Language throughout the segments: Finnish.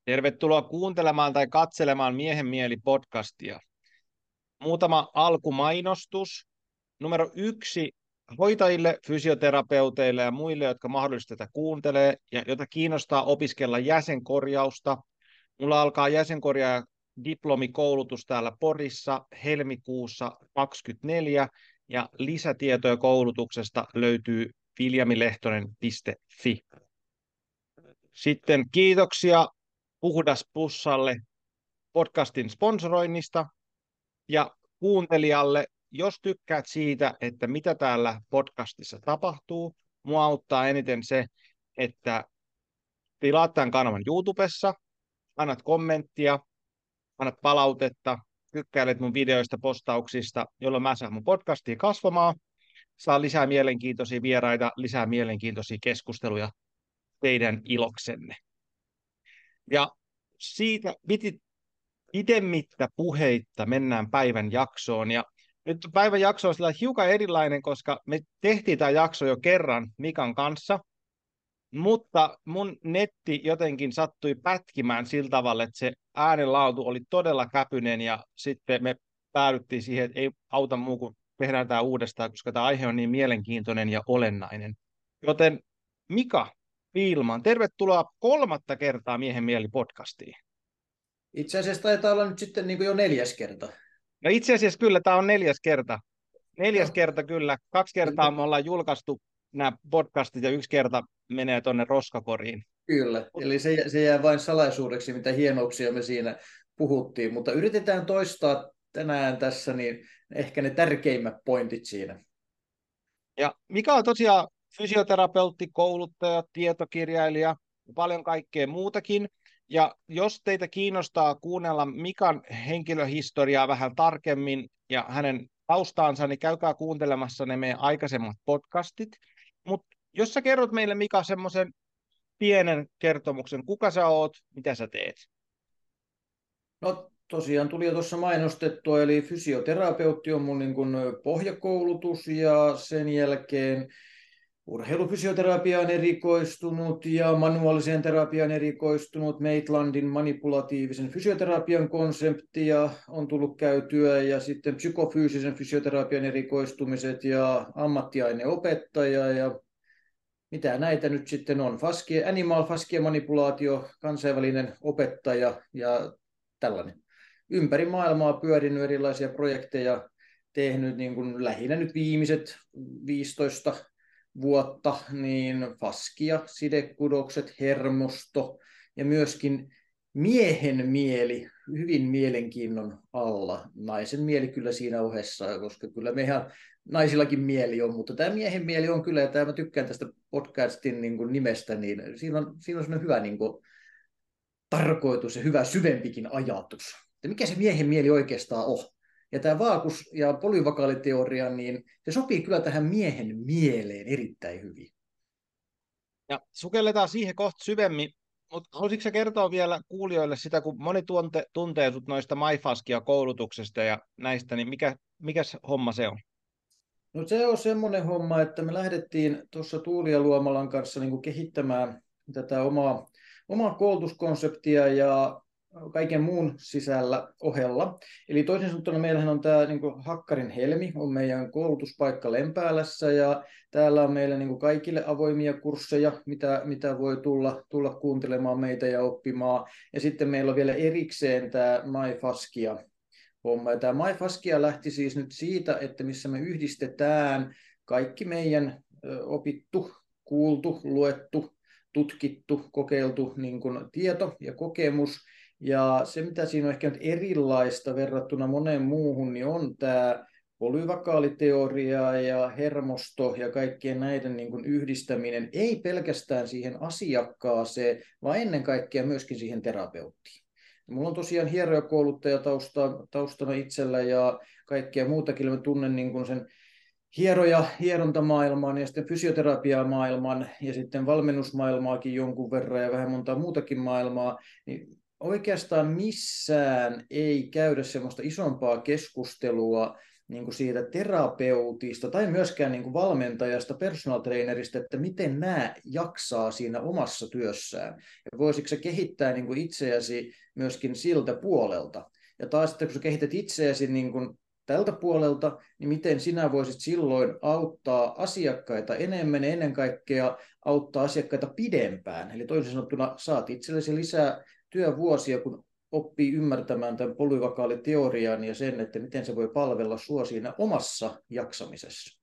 Tervetuloa kuuntelemaan tai katselemaan Miehen mieli podcastia. Muutama alkumainostus. Numero 1, hoitajille, fysioterapeuteille ja muille, jotka mahdollisesti tätä kuuntelee ja jota kiinnostaa opiskella jäsenkorjausta. Mulla alkaa jäsenkorjaaja diplomikoulutus täällä Porissa helmikuussa 2024 ja lisätietoja koulutuksesta löytyy viljamilehtonen.fi. Sitten kiitoksia Puhdas Plussalle podcastin sponsoroinnista ja kuuntelijalle, jos tykkäät siitä, että mitä täällä podcastissa tapahtuu, mua auttaa eniten se, että tilaat tämän kanavan YouTubessa, annat kommenttia, annat palautetta, tykkäilet mun videoista, postauksista, jolloin mä saan mun podcastia kasvamaan, saa lisää mielenkiintoisia vieraita, lisää mielenkiintoisia keskusteluja teidän iloksenne. Ja siitä pitemmittä puheitta mennään päivän jaksoon. Ja nyt päivän jakso on hiukan erilainen, koska me tehtiin tämä jakso jo kerran Mikan kanssa, mutta mun netti jotenkin sattui pätkimään sillä tavalla, että se äänenlaatu oli todella käpyinen ja sitten me päädyttiin siihen, että ei auta muu kuin tehdään tämä uudestaan, koska tämä aihe on niin mielenkiintoinen ja olennainen. Joten Mika Piilman, tervetuloa 3. kertaa Miehen mieli podcastiin. Itse asiassa taitaa olla nyt sitten niin kuin jo 4. kerta. No itse asiassa kyllä tämä on 4. kerta. 4. kerta kyllä. 2 kertaa me ollaan julkaistu nämä podcastit ja 1 kerta menee tuonne roskakoriin. Kyllä, eli se jää vain salaisuudeksi, mitä hienouksia me siinä puhuttiin, mutta yritetään toistaa tänään tässä niin ehkä ne tärkeimmät pointit siinä. Ja Mika on tosiaan fysioterapeutti, kouluttaja, tietokirjailija ja paljon kaikkea muutakin. Ja jos teitä kiinnostaa kuunnella Mikan henkilöhistoriaa vähän tarkemmin ja hänen taustaansa, niin käykää kuuntelemassa ne meidän aikaisemmat podcastit. Mutta jos sä kerrot meille, Mika, semmoisen pienen kertomuksen, kuka sä oot, mitä sä teet? No tosiaan tuli jo tuossa mainostettua, eli fysioterapeutti on mun niin kuin pohjakoulutus ja sen jälkeen urheilufysioterapiaan erikoistunut ja manuaaliseen terapiaan erikoistunut, Maitlandin manipulatiivisen fysioterapian konseptia on tullut käytyä ja sitten psykofyysisen fysioterapian erikoistumiset ja ammattiaineopettaja ja mitä näitä nyt sitten on. Animal fascia-manipulaatio, kansainvälinen opettaja ja tällainen. Ympäri maailmaa pyörinyt erilaisia projekteja, tehnyt niin kuin lähinnä nyt viimeiset 15 vuotta, niin faskia, sidekudokset, hermosto ja myöskin miehen mieli hyvin mielenkiinnon alla. Naisen mieli kyllä siinä ohessa, koska kyllä meidän naisillakin mieli on, mutta tämä miehen mieli on kyllä, ja tämä mä tykkään tästä podcastin niin kuin nimestä, niin siinä on sellainen hyvä niin kuin tarkoitus ja hyvä syvempikin ajatus. Että mikä se miehen mieli oikeastaan on? Ja tämä vaakus- ja polyvakaaliteoria, niin se sopii kyllä tähän miehen mieleen erittäin hyvin. Ja sukelletaan siihen kohta syvemmin, mutta haluaisitko sä kertoa vielä kuulijoille sitä, kun moni tuntee sut noista MyFaskia-koulutuksesta ja näistä, niin mikäs homma se on? No se on semmoinen homma, että me lähdettiin tuossa Tuuli ja Luomalan kanssa niin kuin kehittämään tätä omaa koulutuskonseptia ja kaiken muun sisällä ohella. Eli toisin sanottuna meillähän on tämä niin kuin Hakkarin Helmi, on meidän koulutuspaikka Lempäälässä ja täällä on meillä niin kuin kaikille avoimia kursseja, mitä voi tulla kuuntelemaan meitä ja oppimaan. Ja sitten meillä on vielä erikseen tämä MyFaskia homma. Ja tämä MyFaskia lähti siis nyt siitä, että missä me yhdistetään kaikki meidän opittu, kuultu, luettu, tutkittu, kokeiltu niin kuin tieto ja kokemus. Ja se, mitä siinä on ehkä nyt erilaista verrattuna moneen muuhun, niin on tämä polyvakaaliteoria ja hermosto ja kaikkien näiden niin kuin yhdistäminen, ei pelkästään siihen asiakkaaseen, vaan ennen kaikkea myöskin siihen terapeuttiin. Mulla on tosiaan hierojakouluttaja taustana itsellä ja kaikkea muutakin. Mä tunnen niin kuin sen hierontamaailman ja sitten fysioterapiamaailman ja sitten valmennusmaailmaakin jonkun verran ja vähän montaa muutakin maailmaa. Niin oikeastaan missään ei käydä semmoista isompaa keskustelua niin kuin siitä terapeutista tai myöskään niin kuin valmentajasta, personal trainerista, että miten nämä jaksaa siinä omassa työssään. Ja voisitko sä kehittää niin kuin itseäsi myöskin siltä puolelta. Ja taas, että kun sä kehität itseäsi niin kuin tältä puolelta, niin miten sinä voisit silloin auttaa asiakkaita enemmän ja ennen kaikkea auttaa asiakkaita pidempään. Eli toisin sanottuna saat itsellesi lisää työvuosia, kun oppii ymmärtämään tämän polyvakaaliteorian ja sen, että miten se voi palvella sua siinä omassa jaksamisessa.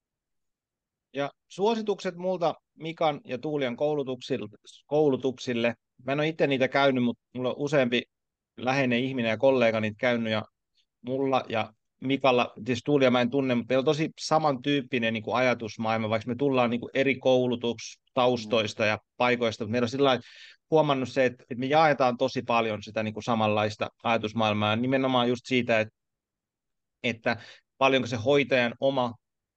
Ja suositukset multa Mikan ja Tuulian koulutuksille. Mä en ole itse niitä käynyt, mutta mulla on useampi läheinen ihminen ja kollega niitä käynyt, ja mulla ja Mikalla, siis Tuulia mä en tunne, mutta meillä on tosi samantyyppinen niin kuin ajatusmaailma, vaikka me tullaan niin kuin eri koulutustaustoista ja paikoista, mutta meillä on sillä huomannut se, että me jaetaan tosi paljon sitä niin kuin samanlaista ajatusmaailmaa, ja nimenomaan just siitä, että paljonko se hoitajan oma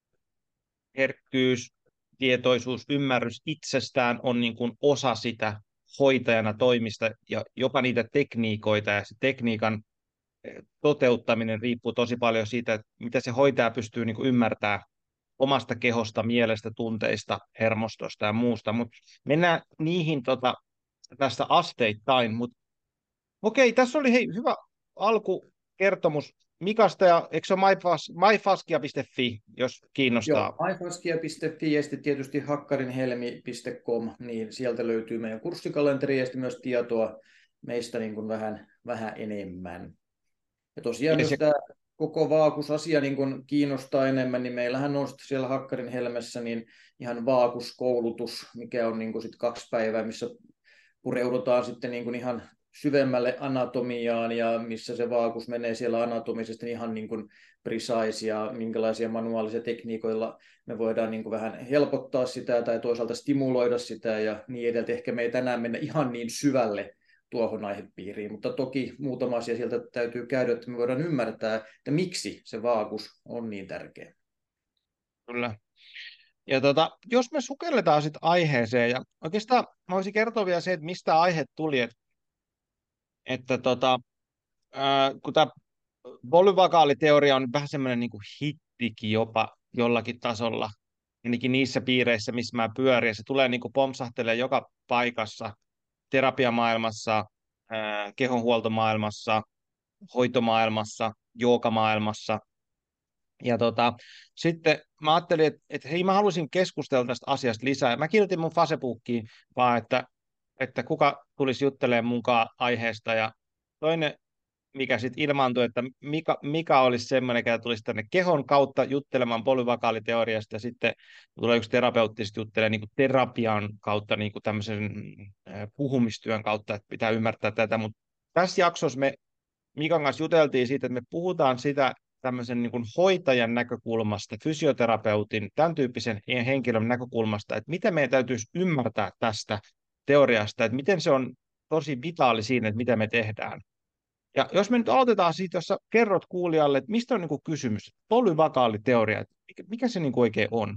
herkkyys, tietoisuus, ymmärrys itsestään on niin kuin osa sitä hoitajana toimista ja jopa niitä tekniikoita, ja se tekniikan toteuttaminen riippuu tosi paljon siitä, että mitä se hoitaja pystyy niin kuin ymmärtämään omasta kehosta, mielestä, tunteista, hermostosta ja muusta, mutta mennään niihin tästä asteittain, mutta okei, tässä oli hei, hyvä alkukertomus Mikasta, ja eikö se ole myfaskia.fi, jos Joo, kiinnostaa? myfaskia.fi ja sitten tietysti hakkarinhelmi.com, niin sieltä löytyy meidän kurssikalenteri ja sitten myös tietoa meistä niin kuin vähän enemmän. Ja tosiaan, Ja jos se, tämä koko vaakusasia niin kun kiinnostaa enemmän, niin meillähän on siellä Hakkarin Helmessä niin ihan vaakuskoulutus, mikä on niin kun sit 2 päivää, missä pureudutaan sitten niin kun ihan syvemmälle anatomiaan ja missä se vaakus menee siellä anatomisesti ihan niin kuin precise ja minkälaisia manuaalisia tekniikoilla me voidaan niin kuin vähän helpottaa sitä tai toisaalta stimuloida sitä ja niin edeltä. Ehkä me ei tänään mennä ihan niin syvälle tuohon aihepiiriin, mutta toki muutama asia sieltä täytyy käydä, että me voidaan ymmärtää, että miksi se vaakus on niin tärkeä. kyllä. Ja jos me sukelletaan sitten aiheeseen, ja oikeastaan mä voisin kertoa vielä se, että mistä aihe tuli, että kun tämä polyvakaaliteoria on vähän semmoinen niin kuin hittikin jopa jollakin tasolla, ainakin niissä piireissä, missä mä pyörin, ja se tulee niin kuin pompsahtelee joka paikassa, terapiamaailmassa, kehonhuoltomaailmassa, hoitomaailmassa, joogamaailmassa. Ja sitten mä ajattelin, että hei, mä haluaisin keskustella tästä asiasta lisää. Mä kirjoitin mun Facebookiin vaan, että kuka tulisi juttelemaan munkaan aiheesta. Ja toinen, mikä sitten ilmaantui, että Mika olisi semmoinen, joka tulisi tänne kehon kautta juttelemaan polyvakaaliteoriasta, ja sitten tulee yksi terapeutti juttelemaan niin kuin terapian kautta, niin kuin tämmöisen puhumistyön kautta, että pitää ymmärtää tätä. Mutta tässä jaksossa me Mikan kanssa juteltiin siitä, että me puhutaan sitä tämmöisen niin kuin hoitajan näkökulmasta, fysioterapeutin, tämän tyyppisen henkilön näkökulmasta, että mitä meidän täytyisi ymmärtää tästä teoriasta, että miten se on tosi vitaali siinä, että mitä me tehdään. Ja jos me nyt aloitetaan siitä, jos sä kerrot kuulijalle, että mistä on niin kuin kysymys, polyvakaaliteoria, että mikä se niin kuin oikein on?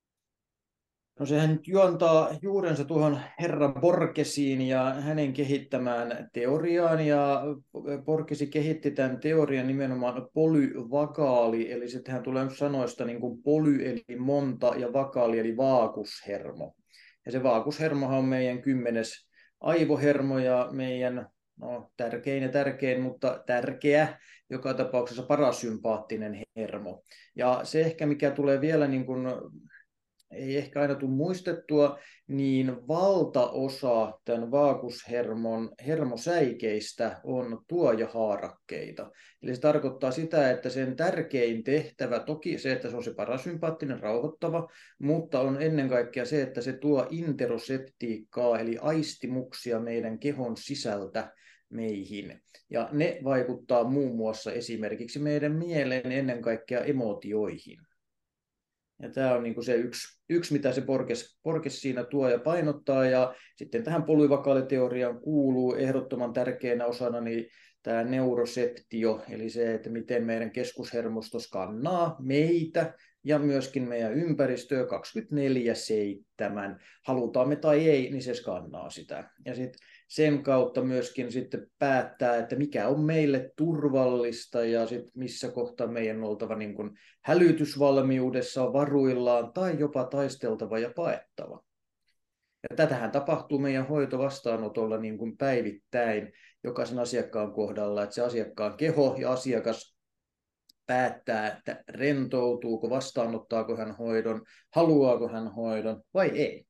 No sehän nyt juontaa juurensa tuohon herra Borgesiin ja hänen kehittämään teoriaan, ja Borgesi kehitti tämän teorian nimenomaan polyvakaali, eli sittenhän tulee sanoista niin kuin poly eli monta ja vakaali eli vaakushermo. Ja se vaakushermohan on meidän 10. aivohermo ja meidän tärkein ja tärkein, mutta tärkeä, joka tapauksessa parasympaattinen hermo. Ja se ehkä mikä tulee vielä niin kuin ei ehkä aina tule muistettua, niin valtaosa tämän vaakushermon hermosäikeistä on tuojahaarakkeita. Eli se tarkoittaa sitä, että sen tärkein tehtävä, toki se, että se on se parasympaattinen rauhoittava, mutta on ennen kaikkea se, että se tuo interoseptiikkaa, eli aistimuksia meidän kehon sisältä meihin. Ja ne vaikuttaa muun muassa esimerkiksi meidän mieleen, ennen kaikkea emootioihin. Ja tämä on niin kuin se yksi, mitä se Borges siinä tuo ja painottaa. Ja sitten tähän polyvakaaliteoriaan kuuluu ehdottoman tärkeänä osana niin tämä neuroseptio, eli se, että miten meidän keskushermosto skannaa meitä ja myöskin meidän ympäristöä 24/7. Halutaan me tai ei, niin se skannaa sitä. Ja sitten sen kautta myöskin sitten päättää, että mikä on meille turvallista ja sitten missä kohtaa meidän on oltava niin kuin hälytysvalmiudessa, varuillaan tai jopa taisteltava ja paettava. Ja tätähän tapahtuu meidän hoitovastaanotolla niin kuin päivittäin jokaisen asiakkaan kohdalla, että se asiakkaan keho ja asiakas päättää, että rentoutuuko, vastaanottaako hän hoidon, haluaako hän hoidon vai ei.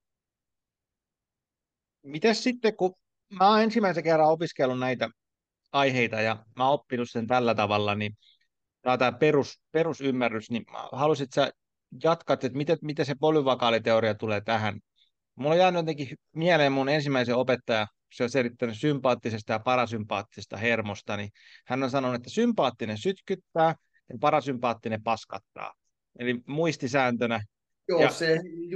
Miten sitten, kun mä oon ensimmäisen kerran opiskellut näitä aiheita ja mä oon oppinut sen tällä tavalla, niin tämä perusymmärrys, niin haluaisit sä jatkat, että miten se polyvakaaliteoria tulee tähän? Mulla on jäänyt jotenkin mieleen mun ensimmäisen opettaja, se on selittänyt sympaattisesta ja parasympaattisesta hermosta, niin hän on sanonut, että sympaattinen sytkyttää ja parasympaattinen paskattaa. Eli muistisääntönä. Joo, Ja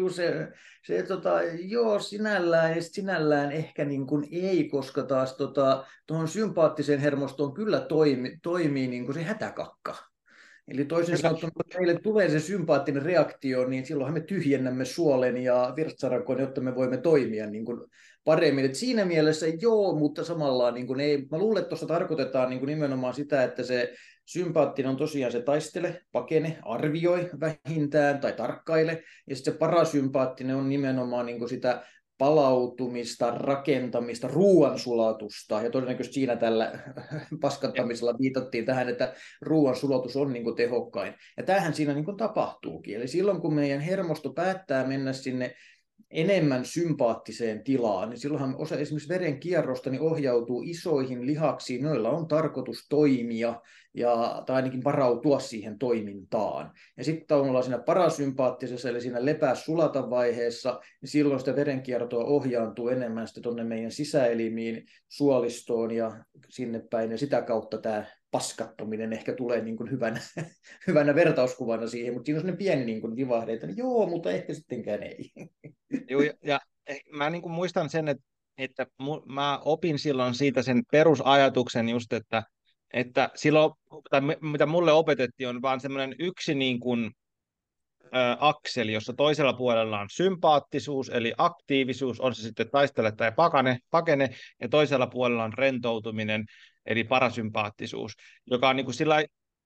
joo, sinällään ehkä niin kuin ei, koska taas tuohon sympaattiseen hermostoon kyllä toimii niin kuin se hätäkakka. Eli toisin kyllä, sanottuna, kun meille tulee se sympaattinen reaktio, niin silloinhan me tyhjennämme suolen ja virtsarakon, jotta me voimme toimia niin kuin paremmin. Et siinä mielessä joo, mutta samalla niin kuin ei. Mä luulen, että tuossa tarkoitetaan niin kuin nimenomaan sitä, että se sympaattinen on tosiaan se taistele, pakene, arvioi vähintään tai tarkkaile. Ja sitten se parasympaattinen on nimenomaan niin kuin sitä palautumista, rakentamista, ruoansulatusta, ja todennäköisesti siinä tällä paskattamisella viitattiin tähän, että ruoansulatus on niin kuin tehokkain. Ja tämähän siinä niin kuin tapahtuukin. Eli silloin, kun meidän hermosto päättää mennä sinne enemmän sympaattiseen tilaan, niin silloinhan osa esimerkiksi verenkierrosta niin ohjautuu isoihin lihaksiin, joilla on tarkoitus toimia tai ainakin varautua siihen toimintaan. Ja sitten kun ollaan siinä parasympaattisessa, eli siinä lepää-sulata vaiheessa, niin silloin sitä verenkiertoa ohjaantuu enemmän sitten tuonne meidän sisäelimiin, suolistoon ja sinne päin, ja sitä kautta tämä paskattominen ehkä tulee niin kuin hyvänä vertauskuvana siihen, mutta siinä on sellainen pieni niin kuin vivahde, että joo, mutta ehkä sittenkään ei. joo, ja mä niin kuin muistan sen, että mä opin silloin siitä sen perusajatuksen just, että silloin, tai mitä mulle opetettiin, on vaan semmoinen yksi niin kuin, akseli, jossa toisella puolella on sympaattisuus, eli aktiivisuus, on se sitten taistele tai pakene, ja toisella puolella on rentoutuminen, eli parasympaattisuus, joka on niin kuin sillä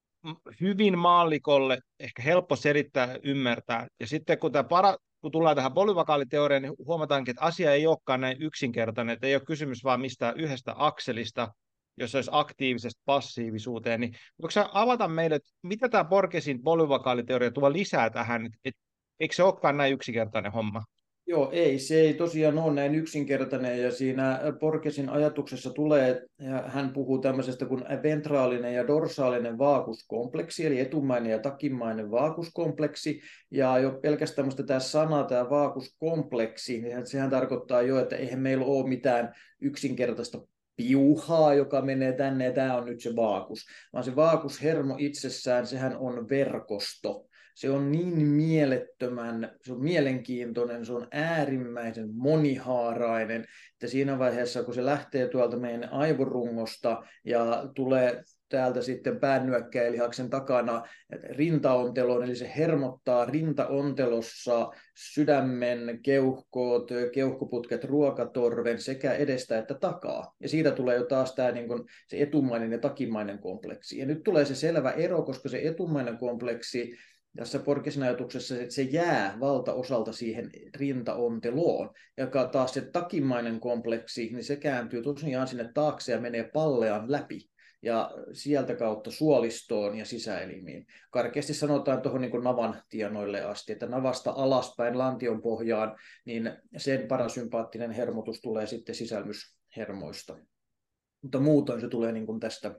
hyvin maallikolle ehkä helppo selittää ja ymmärtää. Ja sitten kun tullaan tähän polyvakaaliteoriaan, niin huomataankin, että asia ei olekaan näin yksinkertainen, että ei ole kysymys vaan mistään yhdestä akselista, jos olisi aktiivisesta passiivisuuteen, niin voiko sä avata meille, että mitä tämä Borgesin polyvakaaliteoria tuo lisää tähän, että eikö se olekaan näin yksinkertainen homma? Joo, ei, se ei tosiaan ole näin yksinkertainen, ja siinä Borgesin ajatuksessa tulee, ja hän puhuu tämmöisestä kuin ventraalinen ja dorsaalinen vaakuskompleksi, eli etumainen ja takimmainen vaakuskompleksi, ja jo pelkästään tämmöistä tämä sana, tämä vaakuskompleksi, niin sehän tarkoittaa jo, että eihän meillä ole mitään yksinkertaista piuhaa, joka menee tänne, ja tämä on nyt se vaakus, vaan se vaakushermo itsessään, sehän on verkosto. Se on niin mielettömän, se on mielenkiintoinen, se on äärimmäisen monihaarainen, että siinä vaiheessa, kun se lähtee tuolta meidän aivorungosta ja tulee täältä sitten päännyökkäilihaksen takana rintaonteloon, eli se hermottaa rintaontelossa sydämen, keuhkot, keuhkoputket, ruokatorven sekä edestä että takaa. Ja siitä tulee jo taas tämä niin kuin se etumainen ja takimainen kompleksi. Ja nyt tulee se selvä ero, koska se etumainen kompleksi tässä Borgesin ajatuksessa se jää valtaosalta siihen rintaonteloon, joka taas se takimainen kompleksi, niin se kääntyy tosiaan sinne taakse ja menee pallean läpi ja sieltä kautta suolistoon ja sisäelimiin. Karkeasti sanotaan tuohon niin navan tienoille asti, että navasta alaspäin lantion pohjaan, niin sen parasympaattinen hermotus tulee sitten sisälmyshermoista. Mutta muutoin se tulee niin kuin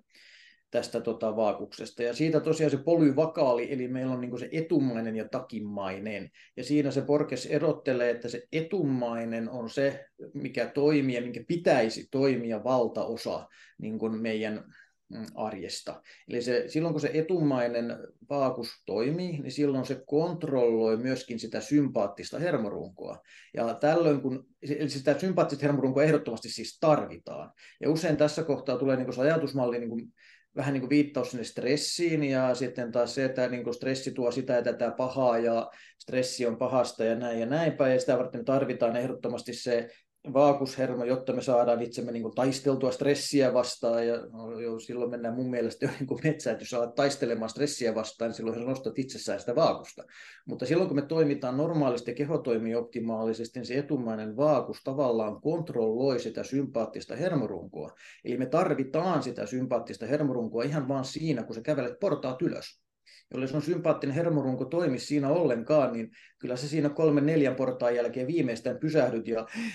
tästä vaakuksesta. Ja siitä tosiaan se polyvakaali, eli meillä on niin se etumainen ja takimmainen. Ja siinä se Borges erottelee, että se etumainen on se, mikä toimii ja minkä pitäisi toimia valtaosa niin kuin meidän arjesta. Eli silloin kun se etumainen vaakus toimii, niin silloin se kontrolloi myöskin sitä sympaattista hermorunkoa. Ja tällöin, eli sitä sympaattista hermorunkoa ehdottomasti siis tarvitaan. Ja usein tässä kohtaa tulee niin kuin se ajatusmalli niin kuin vähän niin kuin viittaus sinne stressiin, ja sitten taas se, että niin kuin stressi tuo sitä ja tätä pahaa, ja stressi on pahasta ja näin päin, ja sitä varten me tarvitaan ehdottomasti se vaakushermo, jotta me saadaan itsemme niin kuin taisteltua stressiä vastaan, ja no, silloin mennään mun mielestä jo niin kuin metsään, että jos alat taistelemaan stressiä vastaan, niin silloin sä nostat itsessään sitä vaakusta. Mutta silloin kun me toimitaan normaalisti ja keho toimii optimaalisesti, niin se etumainen vaakus tavallaan kontrolloi sitä sympaattista hermorunkoa. Eli me tarvitaan sitä sympaattista hermorunkoa ihan vaan siinä, kun sä kävelet portaat ylös. Jolle sun sympaattinen hermorunko toimi siinä ollenkaan, niin kyllä se siinä 3-4 portaan jälkeen viimeistään pysähdyt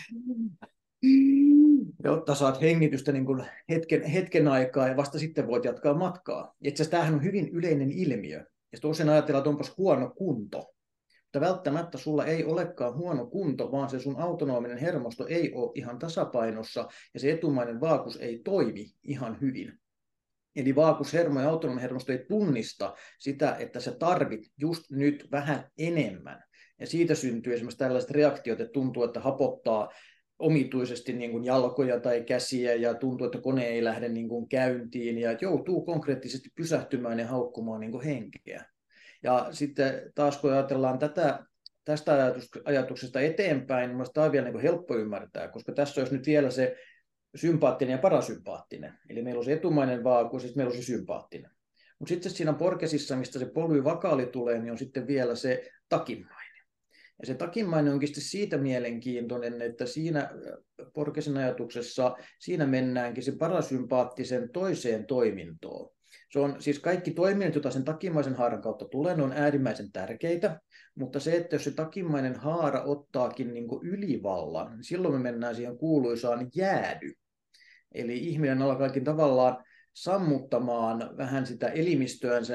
jotta saat hengitystä niin kuin hetken aikaa ja vasta sitten voit jatkaa matkaa. Itse asiassa tämähän on hyvin yleinen ilmiö. Ja usein ajatellaan, että onpas huono kunto. Mutta välttämättä sulla ei olekaan huono kunto, vaan se sun autonominen hermosto ei ole ihan tasapainossa ja se etumainen vaakus ei toimi ihan hyvin. Eli vaakushermo ja autonominen hermosto ei tunnista sitä, että sä tarvit just nyt vähän enemmän. Ja siitä syntyy esimerkiksi tällaiset reaktiot, että tuntuu, että hapottaa omituisesti niin kuin jalkoja tai käsiä ja tuntuu, että kone ei lähde niin kuin käyntiin ja joutuu konkreettisesti pysähtymään ja haukkumaan niin kuin henkeä. Ja sitten taas kun ajatellaan tästä ajatuksesta eteenpäin, niin tämä on vielä niin kuin helppo ymmärtää, koska tässä olisi nyt vielä se sympaattinen ja parasympaattinen. Eli meillä on se etumainen vaakus ja sitten meillä on se sympaattinen. Mutta sitten siinä porkesissa, mistä se polyvakaali tulee, niin on sitten vielä se takinmainen. Ja se takinmainen onkin sitten siitä mielenkiintoinen, että siinä porkesin ajatuksessa siinä mennäänkin se parasympaattisen toiseen toimintoon. Se on siis kaikki toiminnot, joita sen takimaisen haaran kautta tulee, ne on äärimmäisen tärkeitä, mutta se, että jos se takimainen haara ottaakin niin kuin ylivallan, niin silloin me mennään siihen kuuluisaan jäädy. Eli ihminen alkaakin tavallaan sammuttamaan vähän sitä elimistöänsä,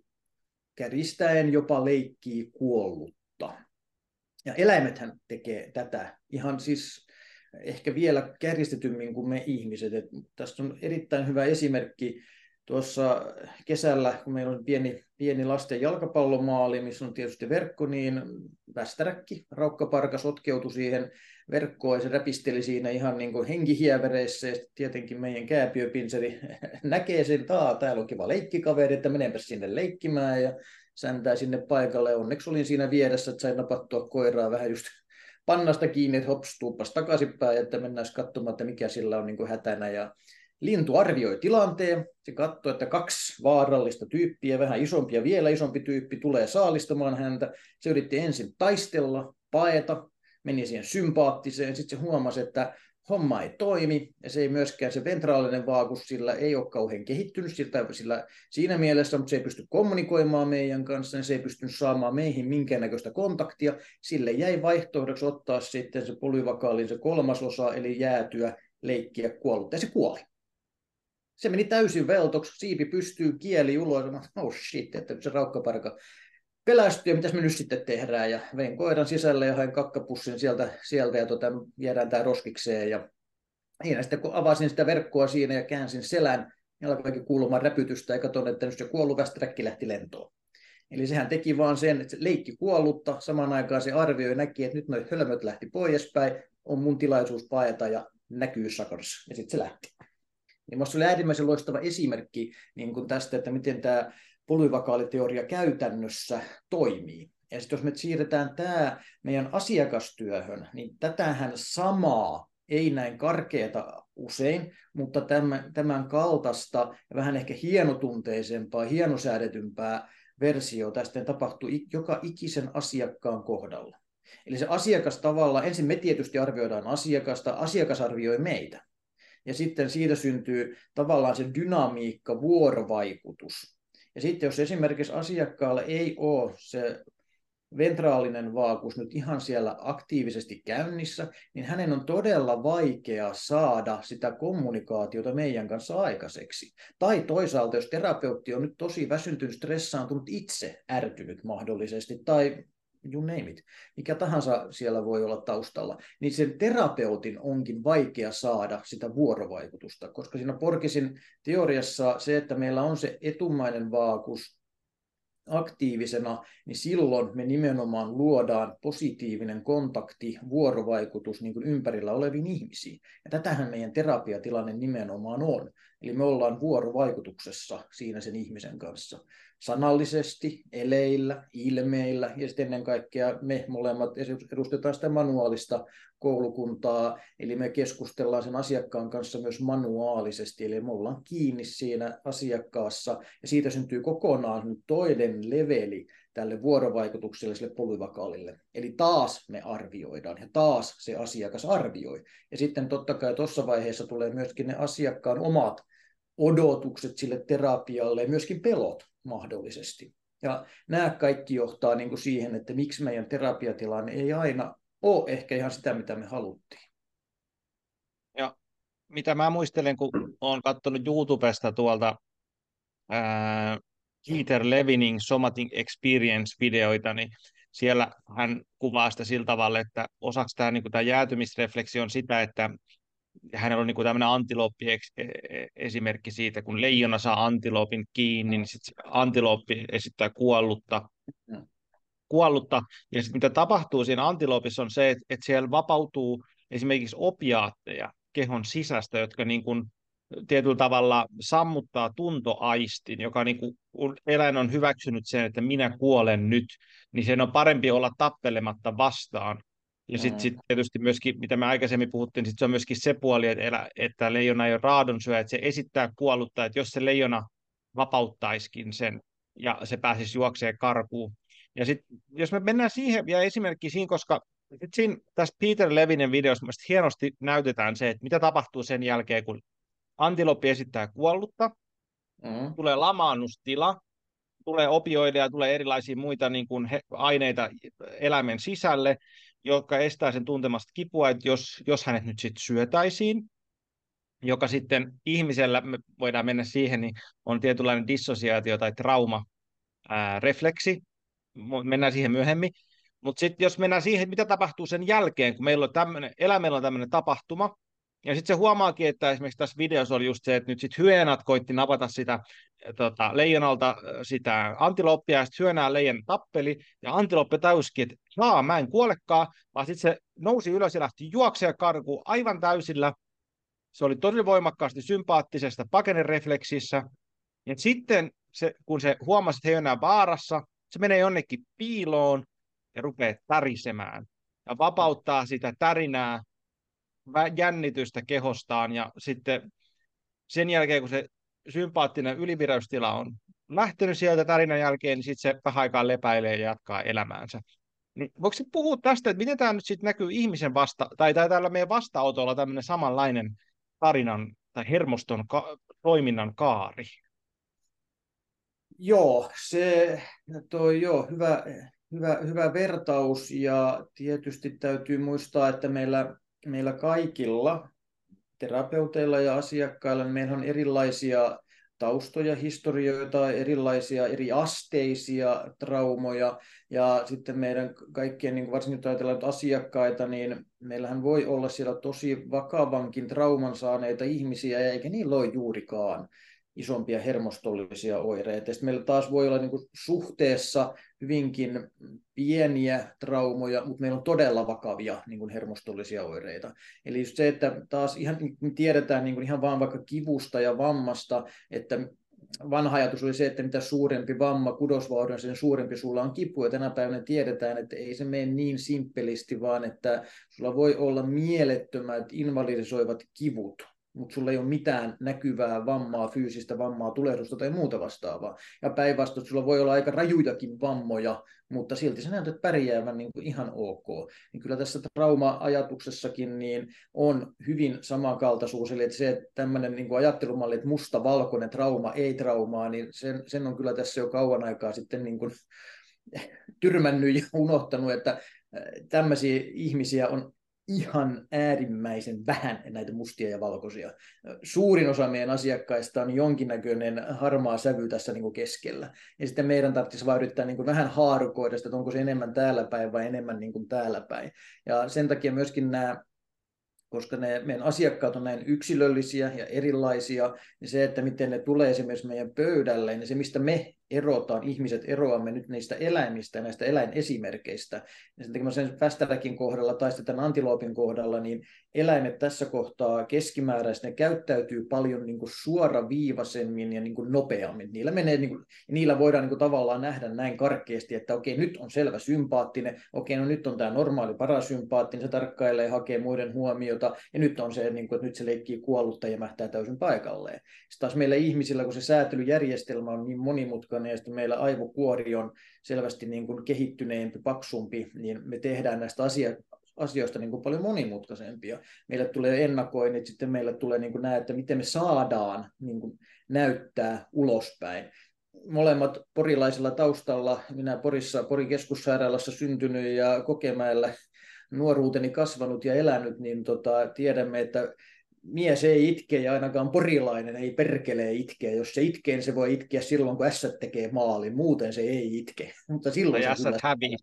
käristäen jopa leikkii kuollutta. Ja eläimethän tekee tätä ihan siis ehkä vielä kärjistetymmin kuin me ihmiset. Tästä on erittäin hyvä esimerkki tuossa kesällä, kun meillä on pieni lasten jalkapallomaali, missä on tietysti verkko, niin västäräkki, raukkaparka sotkeutui siihen verkkoon ja se räpisteli siinä ihan niin kuin henkihievereissä. Ja tietenkin meidän kääpiöpinseri näkee sen, että täällä on kiva leikkikaveri, että menenpä sinne leikkimään ja säntää sinne paikalle. Onneksi olin siinä vieressä, että sain napattua koiraa vähän just pannasta kiinni, että hops, tuuppas takaisinpäin, että mennään katsomaan, että mikä sillä on niin kuin hätänä. Ja lintu arvioi tilanteen, se katsoi, että 2 vaarallista tyyppiä, vähän isompi ja vielä isompi tyyppi tulee saalistamaan häntä. Se yritti ensin taistella, paeta, meni siihen sympaattiseen, sitten se huomasi, että homma ei toimi, ja se ei myöskään se ventraalinen vaakus, sillä ei ole kauhean kehittynyt sillä siinä mielessä, mutta se ei pysty kommunikoimaan meidän kanssa, niin se ei pystynyt saamaan meihin minkäännäköistä kontaktia. Sille jäi vaihtoehdoksi ottaa sitten se polyvakaalin se 3/3, eli jäätyä, leikkiä, kuollutta, ja se kuoli. Se meni täysin veltoksi, siipi pystyy, kieli ulos, oh shit, että se raukkaparka pelästyi, ja mitäs me nyt sitten tehdään, ja vein koiran sisälle ja hain kakkapussin sieltä ja viedään tämä roskikseen, ja sitten kun avasin sitä verkkoa siinä ja käänsin selän, niin alkoikin kuulumaan räpytystä, ja katson, että nyt se kuollut västäräkki lähti lentoon. Eli sehän teki vaan sen, että se leikki kuollutta, samaan aikaan se arvioi näki, että nyt nuo hölmöt lähti poispäin, on mun tilaisuus paeta ja näkyy sakors, ja sitten se lähti. Niin minusta oli äärimmäisen loistava esimerkki niin kuin tästä, että miten tämä polyvakaaliteoria käytännössä toimii. Ja sitten jos me siirretään tämä meidän asiakastyöhön, niin tätähän samaa, ei näin karkeata usein, mutta tämän kaltaista ja vähän ehkä hienotunteisempaa, hienosäädetympää versio tästä tapahtuu joka ikisen asiakkaan kohdalla. Eli se asiakas tavallaan, ensin me tietysti arvioidaan asiakasta, asiakas arvioi meitä. Ja sitten siitä syntyy tavallaan se dynamiikka, vuorovaikutus. Ja sitten jos esimerkiksi asiakkaalle ei ole se ventraalinen vaakus nyt ihan siellä aktiivisesti käynnissä, niin hänen on todella vaikea saada sitä kommunikaatiota meidän kanssa aikaiseksi. Tai toisaalta, jos terapeutti on nyt tosi väsyntynyt, stressaantunut, itse ärtynyt mahdollisesti, tai you name it, mikä tahansa siellä voi olla taustalla, niin sen terapeutin onkin vaikea saada sitä vuorovaikutusta, koska siinä Porgesin teoriassa se, että meillä on se etumainen vaakus, aktiivisena, niin silloin me nimenomaan luodaan positiivinen kontakti, vuorovaikutus niin kuin ympärillä oleviin ihmisiin. Ja tätähän meidän terapiatilanne nimenomaan on. Eli me ollaan vuorovaikutuksessa siinä sen ihmisen kanssa. Sanallisesti, eleillä, ilmeillä ja sitten ennen kaikkea me molemmat edustetaan sitä manuaalista koulukuntaa, eli me keskustellaan sen asiakkaan kanssa myös manuaalisesti, eli me ollaan kiinni siinä asiakkaassa, ja siitä syntyy kokonaan nyt toinen leveli tälle vuorovaikutukselliselle polyvakaalille. Eli taas me arvioidaan, ja taas se asiakas arvioi. Ja sitten totta kai tuossa vaiheessa tulee myöskin ne asiakkaan omat odotukset sille terapialle, ja myöskin pelot mahdollisesti. Ja nämä kaikki johtaa niin kuin siihen, että miksi meidän terapiatilanne ei aina ole ehkä ihan sitä, mitä me haluttiin. Ja mitä mä muistelen, kun olen katsonut YouTubesta tuolta Peter Levining Somatic Experience-videoita, niin siellä hän kuvaa sitä sillä tavalla, että osaksi tämä, niin tämä jäätymisrefleksio on sitä, että hänellä on niin tämmöinen antilooppi-esimerkki siitä, kun leijona saa antiloopin kiinni, niin sitten antilooppi esittää kuollutta. Ja sitten mitä tapahtuu siinä antiloopissa on se, että siellä vapautuu esimerkiksi opiaatteja kehon sisästä, jotka niin kuin tietyllä tavalla sammuttaa tuntoaistin, joka niin kuin, kun eläin on hyväksynyt sen, että minä kuolen nyt, niin sen on parempi olla tappelematta vastaan. Ja sitten tietysti myöskin, mitä me aikaisemmin puhuttiin, sit se on myöskin se puoli, että leijona ei ole raadonsyöjä, että se esittää kuollutta, että jos se leijona vapauttaisikin sen ja se pääsisi juokseen karkuun. Ja sitten jos me mennään siihen vielä esimerkki siinä, koska tässä Peter Levinen videossa hienosti näytetään se, että mitä tapahtuu sen jälkeen, kun antilooppi esittää kuollutta, tulee lamaannustila, tulee opioideja, tulee erilaisia muita niin kuin aineita eläimen sisälle, jotka estää sen tuntemasta kipua, että jos hänet nyt sitten syötäisiin, joka sitten ihmisellä, me voidaan mennä siihen, niin on tietynlainen dissosiaatio tai trauma refleksi, mennään siihen myöhemmin, mutta sitten jos mennään siihen, mitä tapahtuu sen jälkeen, kun eläimellä on tämmöinen tapahtuma, ja sitten se huomaakin, että esimerkiksi tässä videossa oli just se, että nyt sitten hyeenat koitti napata sitä leijonalta sitä antilooppia, ja sitten hyönää leijon tappeli, ja antiloppi tajusikin, että mä en kuolekaan, vaan sitten se nousi ylös ja lähti juoksemaan karkuun aivan täysillä. Se oli todella voimakkaasti sympaattisesta pakenerefleksissä, ja sitten kun se huomasi, että he enää vaarassa, se menee jonnekin piiloon ja rupeaa tärisemään ja vapauttaa sitä tärinää, jännitystä kehostaan, ja sitten sen jälkeen, kun se sympaattinen ylivireystila on lähtenyt sieltä tarinan jälkeen, niin sitten se vähän aikaa lepäilee ja jatkaa elämäänsä. Niin voiko se puhua tästä, että miten tämä nyt sitten näkyy ihmisen tai täällä meidän vastaanotolla tämmöinen samanlainen tarinan tai hermoston toiminnan kaari? Joo, hyvä vertaus, ja tietysti täytyy muistaa, että meillä kaikilla terapeuteilla ja asiakkailla niin meillä on erilaisia taustoja, historioita, erilaisia eri asteisia traumoja, ja sitten meidän kaikkien, niin varsinkin kun ajatellaan nyt asiakkaita, niin meillähän voi olla siellä tosi vakavankin trauman saaneita ihmisiä, eikä niillä ole juurikaan isompia hermostollisia oireita. Sitten meillä taas voi olla niin kuin suhteessa hyvinkin pieniä traumoja, mutta meillä on todella vakavia niin kuin hermostollisia oireita. Eli just se, että taas ihan tiedetään niin kuin ihan vaan vaikka kivusta ja vammasta, että vanha ajatus oli se, että mitä suurempi vamma, kudosvaurio, sen suurempi sulla on kipu. Ja tänä päivänä tiedetään, että ei se mene niin simppelisti, vaan että sulla voi olla mielettömät invalidisoivat kivut, mutta sulla ei ole mitään näkyvää vammaa, fyysistä vammaa, tulehdusta tai muuta vastaavaa. Ja päinvastoin sulla voi olla aika rajujakin vammoja, mutta silti sä näytät pärjäävän niin kuin ihan ok. Niin kyllä tässä trauma-ajatuksessakin niin on hyvin samankaltaisuus, eli että se tämmöinen niin kuin ajattelumalli, että musta-valkoinen trauma, ei traumaa, niin sen on kyllä tässä jo kauan aikaa sitten niin kuin tyrmännyt ja unohtanut, että tämmöisiä ihmisiä on ihan äärimmäisen vähän näitä mustia ja valkoisia. Suurin osa meidän asiakkaista on jonkinnäköinen harmaa sävy tässä niin kuin keskellä. Ja sitten meidän tarvitsisi vaan yrittää niin kuin vähän haarukoida sitä, että onko se enemmän täällä päin vai enemmän niin kuin täällä päin. Ja sen takia myöskin koska meidän asiakkaat on näin yksilöllisiä ja erilaisia, niin se, että miten ne tulee esimerkiksi meidän pöydälle, niin se, mistä me ihmiset eroamme nyt niistä eläimistä ja näistä eläinesimerkeistä. Ja sen takia sen västäräkin kohdalla tai sitten tämän antiloopin kohdalla, niin eläimet tässä kohtaa keskimääräisesti ne käyttäytyy paljon niin kuin suoraviivaisemmin ja niin kuin nopeammin. Niillä, menee, niin kuin, niillä voidaan niin kuin tavallaan nähdä näin karkeasti, että okei, nyt on selvä sympaattinen, okei, no nyt on tämä normaali parasympaattinen, se tarkkailee, hakee muiden huomiota, ja nyt on se, niin kuin, että nyt se leikkii kuollutta ja jämähtää täysin paikalleen. Sitten taas meillä ihmisillä, kun se säätelyjärjestelmä on niin monimutkainen, ja sitten meillä aivokuori on selvästi niin kuin kehittyneempi, paksumpi, niin me tehdään näistä asioista niin kuin paljon monimutkaisempia. Meille tulee ennakoinnit, sitten meille tulee niin kuin nämä, että miten me saadaan niin kuin näyttää ulospäin. Molemmat porilaisilla taustalla, minä Porin keskussairaalassa syntynyt ja Kokemäellä nuoruuteni kasvanut ja elänyt, niin tiedämme, että mies ei itke ja ainakaan porilainen ei perkelee itkeä. Jos se itkee, niin se voi itkeä silloin, kun ässät tekee maalin. Muuten se ei itke. Mutta silloin Tai se kyllä... hävii.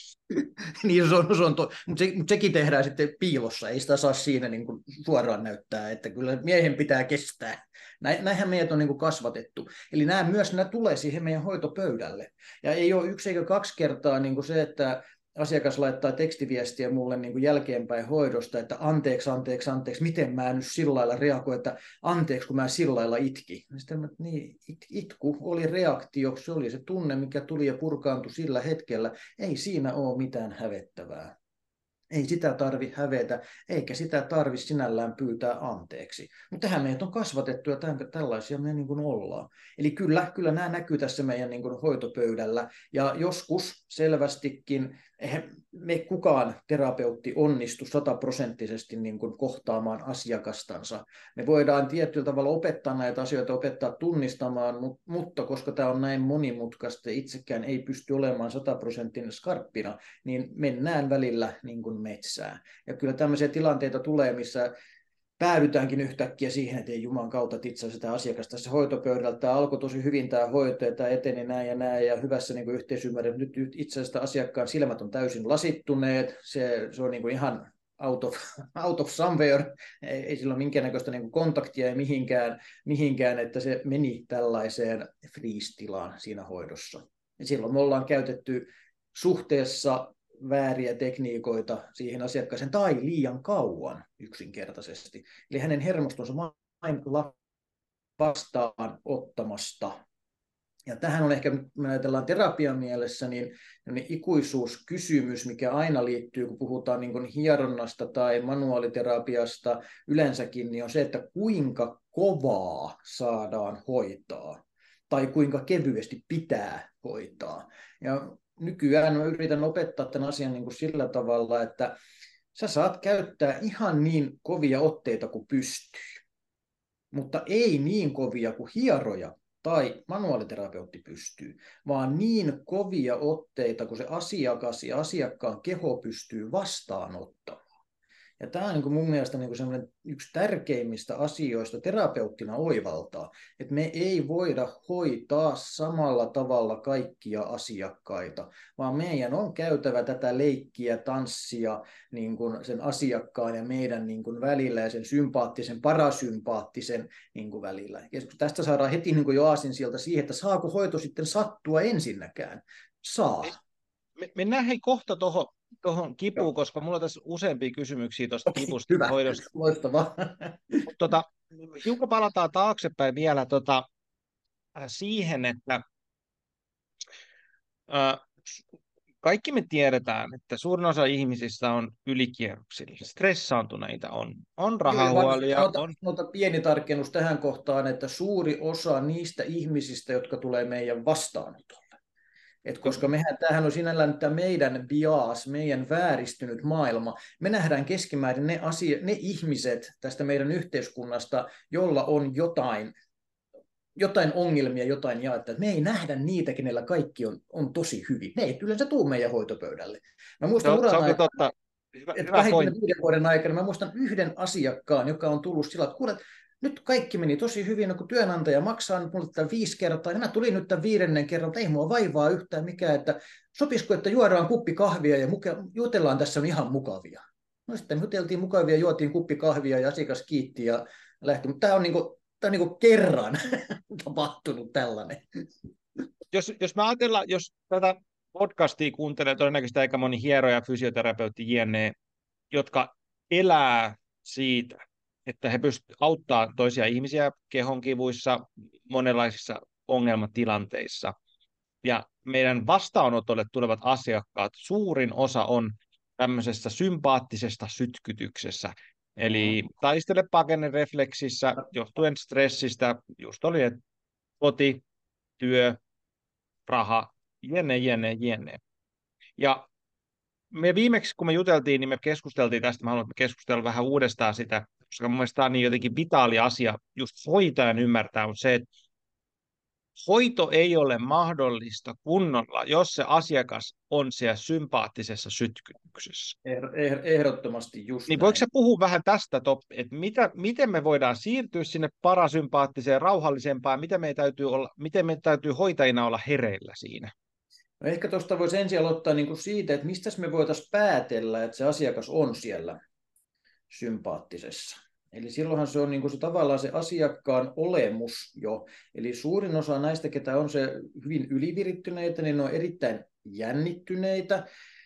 niin mutta sekin tehdään sitten piilossa. Ei sitä saa siinä niin kuin suoraan näyttää, että kyllä miehen pitää kestää. Näinhän meidät on niin kuin kasvatettu. Eli nämä tulee siihen meidän hoitopöydälle. Ja ei ole yksi eikä kaksi kertaa niin kuin se, että asiakas laittaa tekstiviestiä mulle niin kuin jälkeenpäin hoidosta, että anteeksi, miten mä nyt sillä lailla reagoin, että anteeksi, kun mä sillä lailla itki. Sitten niin, itku oli reaktio, se oli se tunne, mikä tuli ja purkaantui sillä hetkellä. Ei siinä ole mitään hävettävää. Ei sitä tarvi hävetä, eikä sitä tarvi sinällään pyytää anteeksi. Mutta tähän meidät on kasvatettu ja tällaisia me niin kuin ollaan. Eli kyllä nämä näkyy tässä meidän niin kuin hoitopöydällä. Ja joskus selvästikin me kukaan terapeutti onnistu 100% niin kuin kohtaamaan asiakastansa. Me voidaan tietyllä tavalla opettaa näitä asioita, opettaa tunnistamaan, mutta koska tämä on näin monimutkaista ja itsekään ei pysty olemaan 100% skarppina, niin mennään välillä niin kuin metsään. Ja kyllä tämmöisiä tilanteita tulee, missä päädytäänkin yhtäkkiä siihen, että ei Jumalan kautta, että itse asiassa tämä asiakas tässä hoitopöydällä, tämä alkoi tosi hyvin tämä hoito ja tämä eteni näin ja hyvässä niin yhteisymmärryksessä. Nyt itse asiassa asiakkaan silmät on täysin lasittuneet, se on niin kuin ihan out of somewhere, ei sillä ole minkäännäköistä niin kuin kontaktia ja mihinkään, että se meni tällaiseen freeze-tilaan siinä hoidossa. Ja silloin me ollaan käytetty suhteessa vääriä tekniikoita siihen asiakkaaseen tai liian kauan yksinkertaisesti. Eli hänen hermostonsa vain vastaan ottamasta. Ja tähän on ehkä, kun ajatellaan terapian mielessä, niin ikuisuuskysymys, mikä aina liittyy, kun puhutaan niin kuin hieronnasta tai manuaaliterapiasta yleensäkin, niin on se, että kuinka kovaa saadaan hoitaa tai kuinka kevyesti pitää hoitaa. Ja nykyään mä yritän opettaa tämän asian niin kuin sillä tavalla, että sä saat käyttää ihan niin kovia otteita kuin pystyy, mutta ei niin kovia kuin hieroja tai manuaaliterapeutti pystyy, vaan niin kovia otteita kuin se asiakas ja asiakkaan keho pystyy vastaanottamaan. Ja tämä on niin kuin mun mielestä niin kuin yksi tärkeimmistä asioista terapeuttina oivaltaa, että me ei voida hoitaa samalla tavalla kaikkia asiakkaita, vaan meidän on käytävä tätä leikkiä, tanssia niin kuin sen asiakkaan ja meidän niin kuin välillä ja sen sympaattisen, parasympaattisen niin kuin välillä. Ja tästä saadaan heti niin kuin jo aasinsilta siihen, että saako hoito sitten sattua ensinnäkään? Saa. Mennään hei kohta tuohon kipuun, koska mulla on tässä useampia kysymyksiä tuosta kipusta hyvä. hoidosta. Loistavaa. Hiukan palataan taaksepäin vielä siihen, että kaikki me tiedetään, että suurin osa ihmisistä on ylikierroksilla, stressaantuneita on rahahuolia. Sanotaan pieni tarkennus tähän kohtaan, että suuri osa niistä ihmisistä, jotka tulee meidän vastaanotolle. Koska tämähän on sinällään tämä meidän bias, meidän vääristynyt maailma. Me nähdään keskimäärin ne ihmiset tästä meidän yhteiskunnasta, jolla on jotain ongelmia, jotain jaetta. Me ei nähdä niitä, kenellä kaikki on tosi hyvin. Ne ei yleensä tule meidän hoitopöydälle. Mä muistan että 25 vuoden aikana mä muistan yhden asiakkaan, joka on tullut sillä, että kuule, nyt kaikki meni tosi hyvin, no kun työnantaja maksaa nyt mulle tämän 5 kertaa, ja mä tulin nyt tämän 5. kerran, mutta ei mua vaivaa yhtään mikään, että sopisiko, että juodaan kuppi kahvia ja jutellaan tässä on ihan mukavia. No sitten me juteltiin mukavia, juotiin kuppi kahvia ja asiakas kiitti ja lähti, mutta tämä on niin kuin kerran tapahtunut tällainen. jos me ajatellaan, jos tätä podcastia kuuntelee todennäköisesti aika moni hieroja, fysioterapeutti, jne, jotka elää siitä, että he pystyvät auttamaan toisia ihmisiä kehonkivuissa, monenlaisissa ongelmatilanteissa. Ja meidän vastaanotolle tulevat asiakkaat, suurin osa on tämmöisessä sympaattisesta sytkytyksessä. Eli taistele pakene refleksissä johtuen stressistä, just oli, että koti, työ, raha, jne, jne, jne. Ja me viimeksi, kun me juteltiin, niin me keskusteltiin tästä, mä haluan, että me keskustellaan vähän uudestaan sitä, koska mun mielestä tämä on niin jotenkin vitaali asia, just hoitajan ymmärtää, on se, että hoito ei ole mahdollista kunnolla, jos se asiakas on siellä sympaattisessa sytkytyksessä. Ehdottomasti just Niin näin. voiko sä puhua vähän tästä, että miten me voidaan siirtyä sinne parasympaattiseen, rauhallisempaan, miten me täytyy hoitajina olla hereillä siinä? No ehkä tuosta voisi ensin aloittaa niin kuin siitä, että mistä me voitaisiin päätellä, että se asiakas on siellä sympaattisessa. Eli silloinhan se on niin kuin se, tavallaan se asiakkaan olemus jo. Eli suurin osa näistä, ketä on se hyvin ylivirittyneitä, niin ne on erittäin jännittyneitä.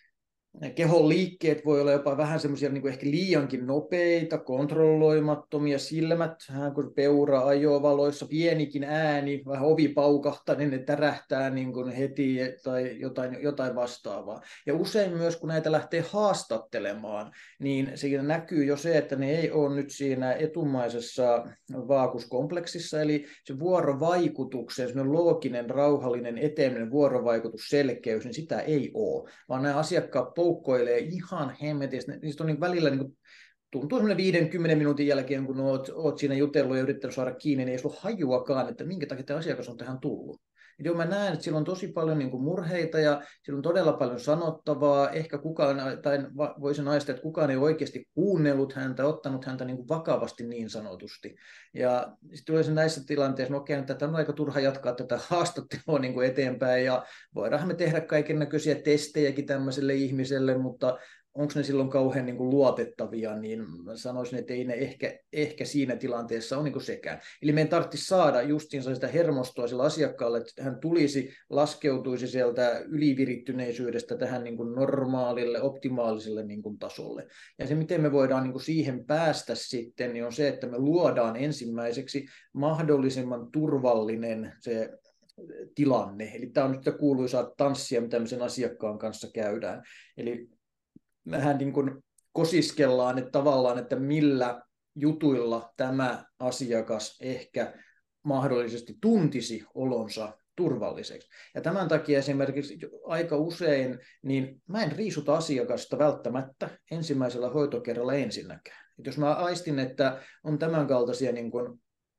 Kehon liikkeet voi olla jopa vähän semmoisia niin kuin ehkä liiankin nopeita, kontrolloimattomia, silmät vähän kuin peura ajovaloissa, pienikin ääni, vähän ovi paukahtaa, niin ne tärähtää niin kuin heti tai jotain vastaavaa. Ja usein myös, kun näitä lähtee haastattelemaan, niin siinä näkyy jo se, että ne ei ole nyt siinä etumaisessa vaakuskompleksissa, eli se vuorovaikutuksen, semmoinen looginen, rauhallinen, eteeminen vuorovaikutus, selkeys, niin sitä ei ole, vaan nämä asiakkaat poukkoilee ihan hemmetisti. Niistä on niin välillä niin kuin, tuntuu semmoinen 50 minuutin jälkeen, kun oot siinä jutellut ja yrittänyt saada kiinni, niin ei sulla hajuakaan, että minkä takia tämä asiakas on tähän tullut. Eli mä näen, että sillä on tosi paljon niin kuin murheita ja sillä on todella paljon sanottavaa. Ehkä kukaan, tai voisin aistia, että kukaan ei oikeasti kuunnellut häntä, ottanut häntä niin kuin vakavasti niin sanotusti. Ja sitten tulee se näissä tilanteissa, no okei, tätä on aika turha jatkaa tätä haastattelua niin kuin eteenpäin ja voidaan me tehdä kaiken näköisiä testejäkin tämmöiselle ihmiselle, mutta onko ne silloin kauhean niin kuin luotettavia, niin sanoisin, että ei ne ehkä siinä tilanteessa ole niin kuin sekään. Eli meidän tarvitsisi saada justiinsa sitä hermostoa sillä asiakkaalle, että hän laskeutuisi sieltä ylivirittyneisyydestä tähän niin kuin normaalille, optimaaliselle niin kuin tasolle. Ja se, miten me voidaan niin kuin siihen päästä sitten, niin on se, että me luodaan ensimmäiseksi mahdollisimman turvallinen se tilanne. Eli tämä on nyt sitä kuuluisaa tanssia, mitä me sen asiakkaan kanssa käydään. Eli mehän niin kuin kosiskellaan, että tavallaan, että millä jutuilla tämä asiakas ehkä mahdollisesti tuntisi olonsa turvalliseksi. Ja tämän takia esimerkiksi aika usein, niin mä en riisuta asiakasta välttämättä ensimmäisellä hoitokerralla ensinnäkään. Et jos mä aistin, että on tämän kaltaisia niin kuin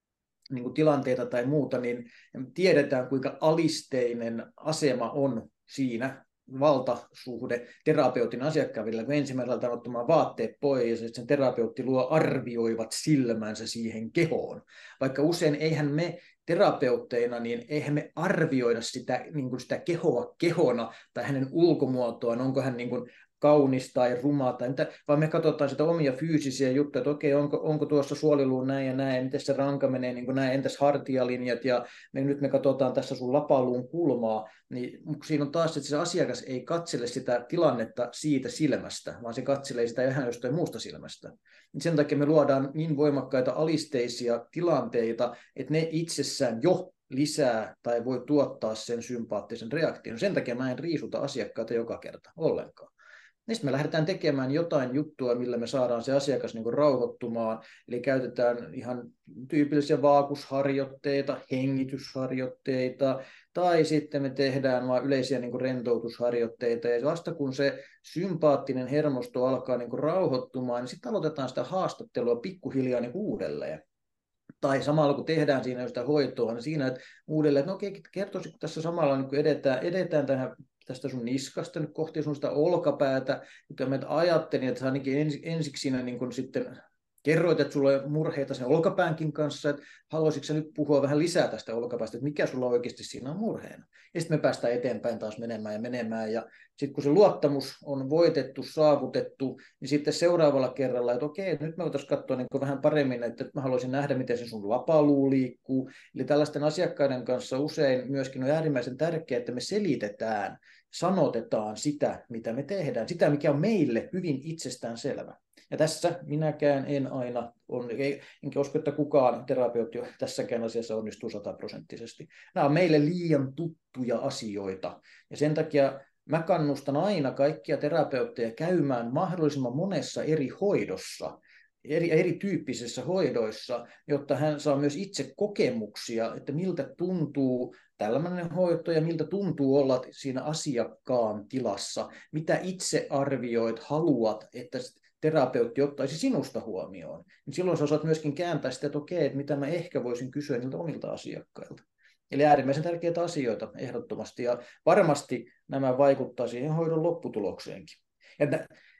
tilanteita tai muuta, niin tiedetään, kuinka alisteinen asema on siinä valtasuhde terapeutin asiakkaan välillä, kun ensimmäisenä aletaan ottamaan vaatteet pois ja sen terapeutti luo arvioivat silmänsä siihen kehoon. Vaikka usein eihän me terapeutteina, niin eihän me arvioida sitä, niin kuin sitä kehoa kehona tai hänen ulkomuotoaan, onko hän niin kuin kaunis tai ruma, tai mitä, vaan me katsotaan sitä omia fyysisiä juttuja, että okei, onko tuossa suoliluun näin ja näin, miten se ranka menee niin kuin näin, entäs hartialinjat, ja nyt me katsotaan tässä sun lapaluun kulmaa, niin siinä on taas, että se asiakas ei katsele sitä tilannetta siitä silmästä, vaan se katselee sitä ihan jostain muusta silmästä. Sen takia me luodaan niin voimakkaita alisteisia tilanteita, että ne itsessään jo lisää tai voi tuottaa sen sympaattisen reaktion. Sen takia mä en riisuta asiakkaita joka kerta ollenkaan. Sitten me lähdetään tekemään jotain juttua, millä me saadaan se asiakas niin kuin rauhoittumaan. Eli käytetään ihan tyypillisiä vaakusharjoitteita, hengitysharjoitteita, tai sitten me tehdään vaan yleisiä niin kuin rentoutusharjoitteita. Ja vasta kun se sympaattinen hermosto alkaa niin kuin rauhoittumaan, niin sitten aloitetaan sitä haastattelua pikkuhiljaa niin kuin uudelleen. Tai samalla kun tehdään siinä sitä hoitoa, niin siinä että uudelleen, että no okei, kertoisiko tässä samalla niin kun edetään tästä sun niskasta nyt kohti sun sitä olkapäätä, mitä mä ajattelin, että ainakin ensiksi siinä niin kun sitten kerroit, että sulla on murheita sen olkapäänkin kanssa, että haluaisitko sä nyt puhua vähän lisää tästä olkapäästä, että mikä sulla oikeasti siinä on murheena. Ja sitten me päästään eteenpäin taas menemään ja menemään, ja sitten kun se luottamus on voitettu, saavutettu, niin sitten seuraavalla kerralla, että okei, nyt me voitaisiin katsoa niin vähän paremmin, että mä haluaisin nähdä, miten se sun lapaluu liikkuu. Eli tällaisten asiakkaiden kanssa usein myöskin on äärimmäisen tärkeää, että me selitetään, sanotetaan sitä, mitä me tehdään, sitä, mikä on meille hyvin itsestään selvä. Ja tässä minäkään en aina, enkä usko, että kukaan terapeutti tässäkään asiassa onnistuu 100%. Nämä on meille liian tuttuja asioita. Ja sen takia mä kannustan aina kaikkia terapeutteja käymään mahdollisimman monessa eri hoidossa, erityyppisissä hoidoissa, jotta hän saa myös itse kokemuksia, että miltä tuntuu tällainen hoito ja miltä tuntuu olla siinä asiakkaan tilassa, mitä itse arvioit, haluat, että terapeutti ottaisi sinusta huomioon. Niin silloin sä osaat myöskin kääntää sitä, että okei, että mitä mä ehkä voisin kysyä niiltä omilta asiakkailta. Eli äärimmäisen tärkeitä asioita ehdottomasti, ja varmasti nämä vaikuttaa siihen hoidon lopputulokseenkin. Ja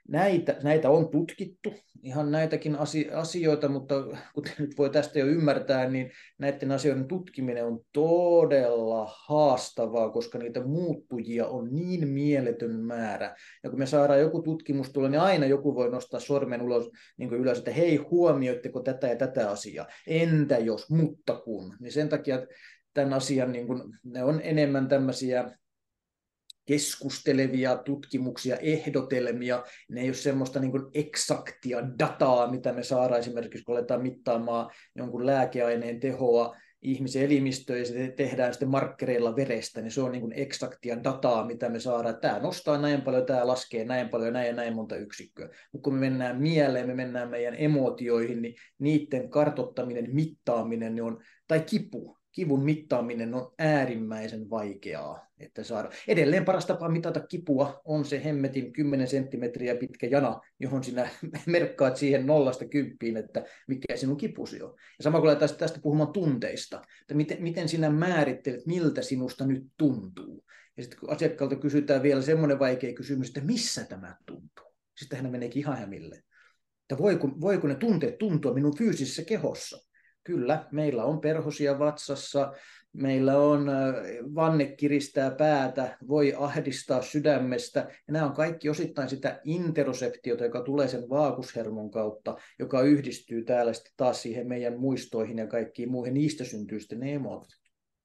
näitä on tutkittu, ihan näitäkin asioita, mutta kuten nyt voi tästä jo ymmärtää, niin näiden asioiden tutkiminen on todella haastavaa, koska niitä muuttujia on niin mieletön määrä. Ja kun me saadaan joku tutkimus tulla, niin aina joku voi nostaa sormen ylös, että hei, huomioitteko tätä ja tätä asiaa? Entä jos, mutta kun? Niin sen takia tämän asian, niin kuin, ne on enemmän tämmöisiä keskustelevia tutkimuksia, ehdotelmia. Ne ei ole semmoista niin kuin eksaktia dataa, mitä me saadaan esimerkiksi, kun aletaan mittaamaan jonkun lääkeaineen tehoa ihmisen elimistöön ja se tehdään sitten markkereilla verestä, niin se on niin kuin eksaktia dataa, mitä me saadaan. Tämä nostaa näin paljon, tämä laskee näin paljon, näin ja näin monta yksikköä. Mutta kun me mennään mieleen, me mennään meidän emootioihin, niin niiden kartoittaminen, mittaaminen niin on, tai kivun mittaaminen on äärimmäisen vaikeaa. Että saada. Edelleen paras tapa mitata kipua on se hemmetin 10 senttimetriä pitkä jana, johon sinä merkkaat siihen 0–10, että mikä sinun kipusi on. Ja sama kun aletaan tästä puhumaan tunteista, että miten sinä määrittelet, miltä sinusta nyt tuntuu. Ja sitten kun asiakkaalta kysytään vielä semmoinen vaikea kysymys, että missä tämä tuntuu. Sitten hän meneekin ihan hämille. Että voiko ne tunteet tuntua minun fyysisessä kehossa? Kyllä, meillä on perhosia vatsassa, meillä on vanne kiristää päätä, voi ahdistaa sydämestä. Ja nämä on kaikki osittain sitä interoseptiota, joka tulee sen vaagushermon kautta, joka yhdistyy täällä sitten taas siihen meidän muistoihin ja kaikkiin muihin. Niistä syntyy sitten ne emoot.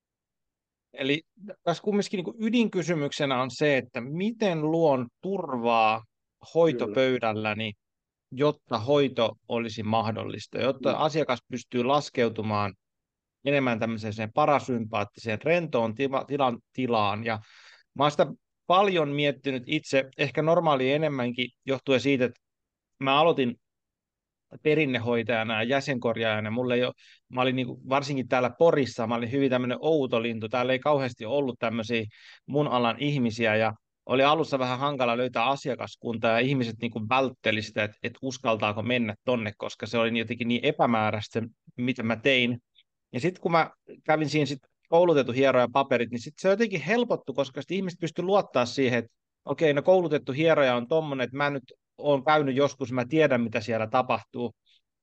Eli tässä kumminkin niin ydinkysymyksenä on se, että miten luon turvaa hoitopöydälläni, jotta hoito olisi mahdollista, jotta asiakas pystyy laskeutumaan enemmän tämmöiseen parasympaattiseen rentoon tilaan. Ja mä oon sitä paljon miettinyt itse, ehkä normaali enemmänkin johtuen siitä, että mä aloitin perinnehoitajana ja jäsenkorjaajana. Mä olin niin kuin, varsinkin täällä Porissa, mä olin hyvin tämmöinen outo lintu. Täällä ei kauheasti ollut tämmöisiä mun alan ihmisiä ja oli alussa vähän hankala löytää asiakaskuntaa ja ihmiset niin kuin vältteli sitä, että uskaltaako mennä tonne, koska se oli jotenkin niin epämääräistä, mitä mä tein. Ja sitten kun mä kävin siinä koulutettu hieroja paperit, niin sitten se jotenkin helpottui, koska sit ihmiset pystyivät luottaa siihen, että okei, no koulutettu hieroja on tommonen, että mä nyt olen käynyt joskus, mä tiedän, mitä siellä tapahtuu.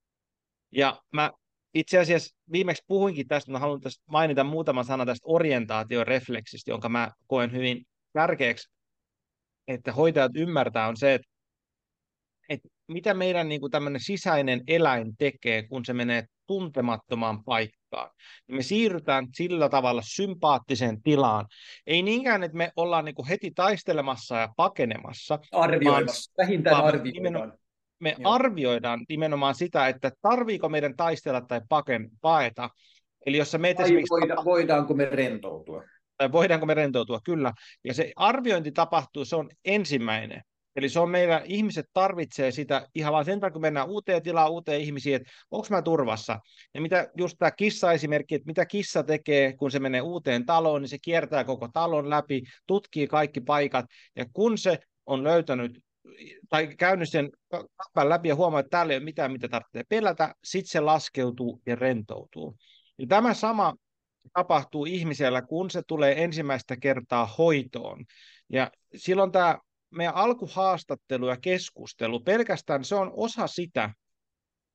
Ja mä itse asiassa viimeksi puhuinkin tästä, mä haluan tästä mainita muutaman sanan tästä orientaatiorefleksistä, jonka mä koen hyvin tärkeäksi, että hoitajat ymmärtää, on se, että mitä meidän niin kuin tämmöinen sisäinen eläin tekee, kun se menee tuntemattomaan paikkaan. Me siirrytään sillä tavalla sympaattiseen tilaan. Ei niinkään, että me ollaan niin kuin heti taistelemassa ja pakenemassa, Arvioimassa, vähintään arvioidaan. Me arvioidaan nimenomaan sitä, että tarviiko meidän taistella tai paeta. Eli jos sä meet esimerkiksi... Voidaanko me rentoutua? Tai voidaanko me rentoutua, kyllä. Ja se arviointi tapahtuu, se on ensimmäinen. Eli se on meillä, ihmiset tarvitsee sitä ihan vaan sen takia, kun mennään uuteen tilaan, uuteen ihmisiin, että onko mä turvassa. Ja mitä just tämä kissa-esimerkki, että mitä kissa tekee, kun se menee uuteen taloon, niin se kiertää koko talon läpi, tutkii kaikki paikat, ja kun se on löytänyt tai käynyt sen kappan läpi ja huomaa, että täällä ei ole mitään, mitä tarvitsee pelätä, sitten se laskeutuu ja rentoutuu. Ja tämä sama tapahtuu ihmisellä, kun se tulee ensimmäistä kertaa hoitoon. Ja silloin tämä meidän alkuhaastattelu ja keskustelu, pelkästään se on osa sitä,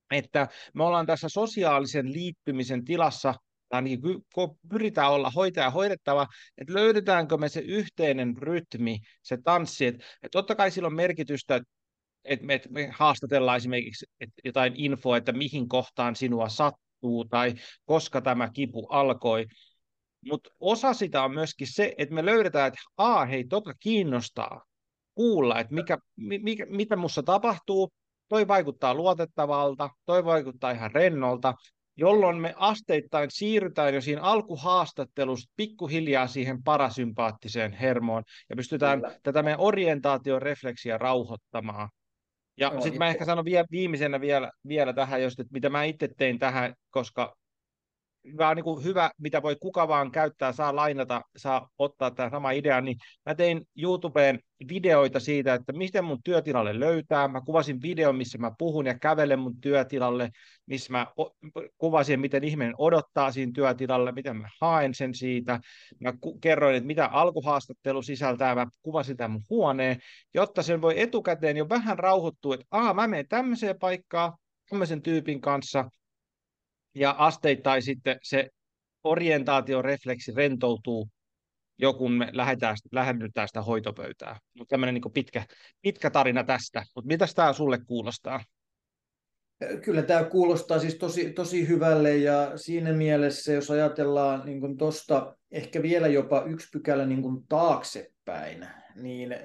että me ollaan tässä sosiaalisen liittymisen tilassa, tai ainakin pyritään olla hoitaja ja hoidettava, että löydetäänkö me se yhteinen rytmi, se tanssi, että totta kai sillä on merkitystä, että me haastatellaan esimerkiksi jotain infoa, että mihin kohtaan sinua sattuu, tai koska tämä kipu alkoi, mutta osa sitä on myöskin se, että me löydetään, että hei, tota kiinnostaa kuulla, että mitä musta tapahtuu, toi vaikuttaa luotettavalta, toi vaikuttaa ihan rennolta, jolloin me asteittain siirrytään jo siinä alkuhaastattelusta pikkuhiljaa siihen parasympaattiseen hermoon ja pystytään Kyllä. tätä meidän orientaatiorefleksiä rauhoittamaan. Ja No, sitten ja mä ehkä sanon viimeisenä vielä tähän, just, että mitä mä itse tein tähän, koska vaan niin kuin hyvä, mitä voi kuka vaan käyttää, saa lainata, saa ottaa tämä sama idea, niin mä tein YouTubeen videoita siitä, että miten mun työtilalle löytää. Mä kuvasin videon, missä mä puhun ja kävelen mun työtilalle, missä mä kuvasin, miten ihminen odottaa siinä työtilalle, miten mä haen sen siitä. Mä kerroin, että mitä alkuhaastattelu sisältää, mä kuvasin tämän mun huoneen, jotta sen voi etukäteen jo vähän rauhoittua, että mä menen tämmöiseen paikkaan, tämmöisen tyypin kanssa, ja asteittain sitten se orientaatiorefleksi rentoutuu, jo kun me lähennytään sitä hoitopöytää. Mutta tämmöinen niin pitkä tarina tästä. Mutta mitäs tämä sulle kuulostaa? Kyllä tämä kuulostaa siis tosi hyvälle, ja siinä mielessä, jos ajatellaan niin tuosta ehkä vielä jopa yksi pykälä niin kuin taaksepäin, niin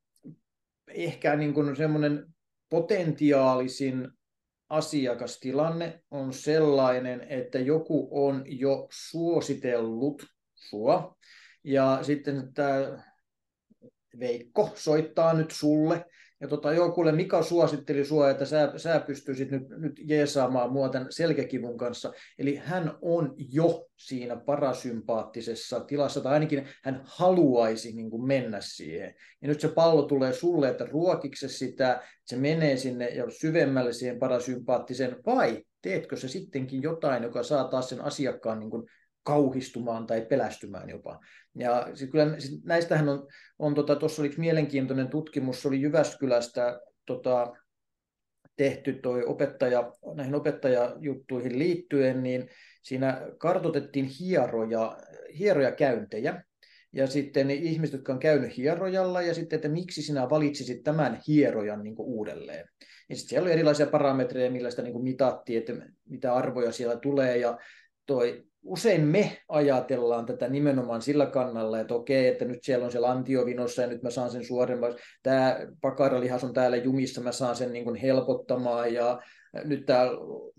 ehkä niin kuin semmoinen potentiaalisin asiakastilanne on sellainen, että joku on jo suositellut sua, ja sitten tämä Veikko soittaa nyt sulle, ja joo, kuule, Mika suositteli sua, että sä pystyisit nyt jeesaamaan mua tämän selkäkivun kanssa. Eli hän on jo siinä parasympaattisessa tilassa, tai ainakin hän haluaisi niin kuin mennä siihen. Ja nyt se pallo tulee sulle, että ruokikse sitä, se menee sinne ja syvemmälle siihen parasympaattiseen, vai teetkö se sittenkin jotain, joka saa taas sen asiakkaan niin kuin kauhistumaan tai pelästymään jopa. Ja kyllä näistähän on tuossa oli mielenkiintoinen tutkimus, se oli Jyväskylästä tehty näihin opettajajuttuihin liittyen, niin siinä kartoitettiin hierojakäyntejä, ja sitten ihmiset, jotka on käynyt hierojalla, ja sitten, että miksi sinä valitsisit tämän hierojan niin kuin uudelleen. Ja sitten siellä oli erilaisia parametreja, millä sitä niin kuin mitattiin, että mitä arvoja siellä tulee, ja usein me ajatellaan tätä nimenomaan sillä kannalla, että okei, että nyt siellä on se lantiovinossa ja nyt mä saan sen suoremmaksi. Tämä pakaralihas on täällä jumissa, mä saan sen niin kuin helpottamaan, ja nyt tämä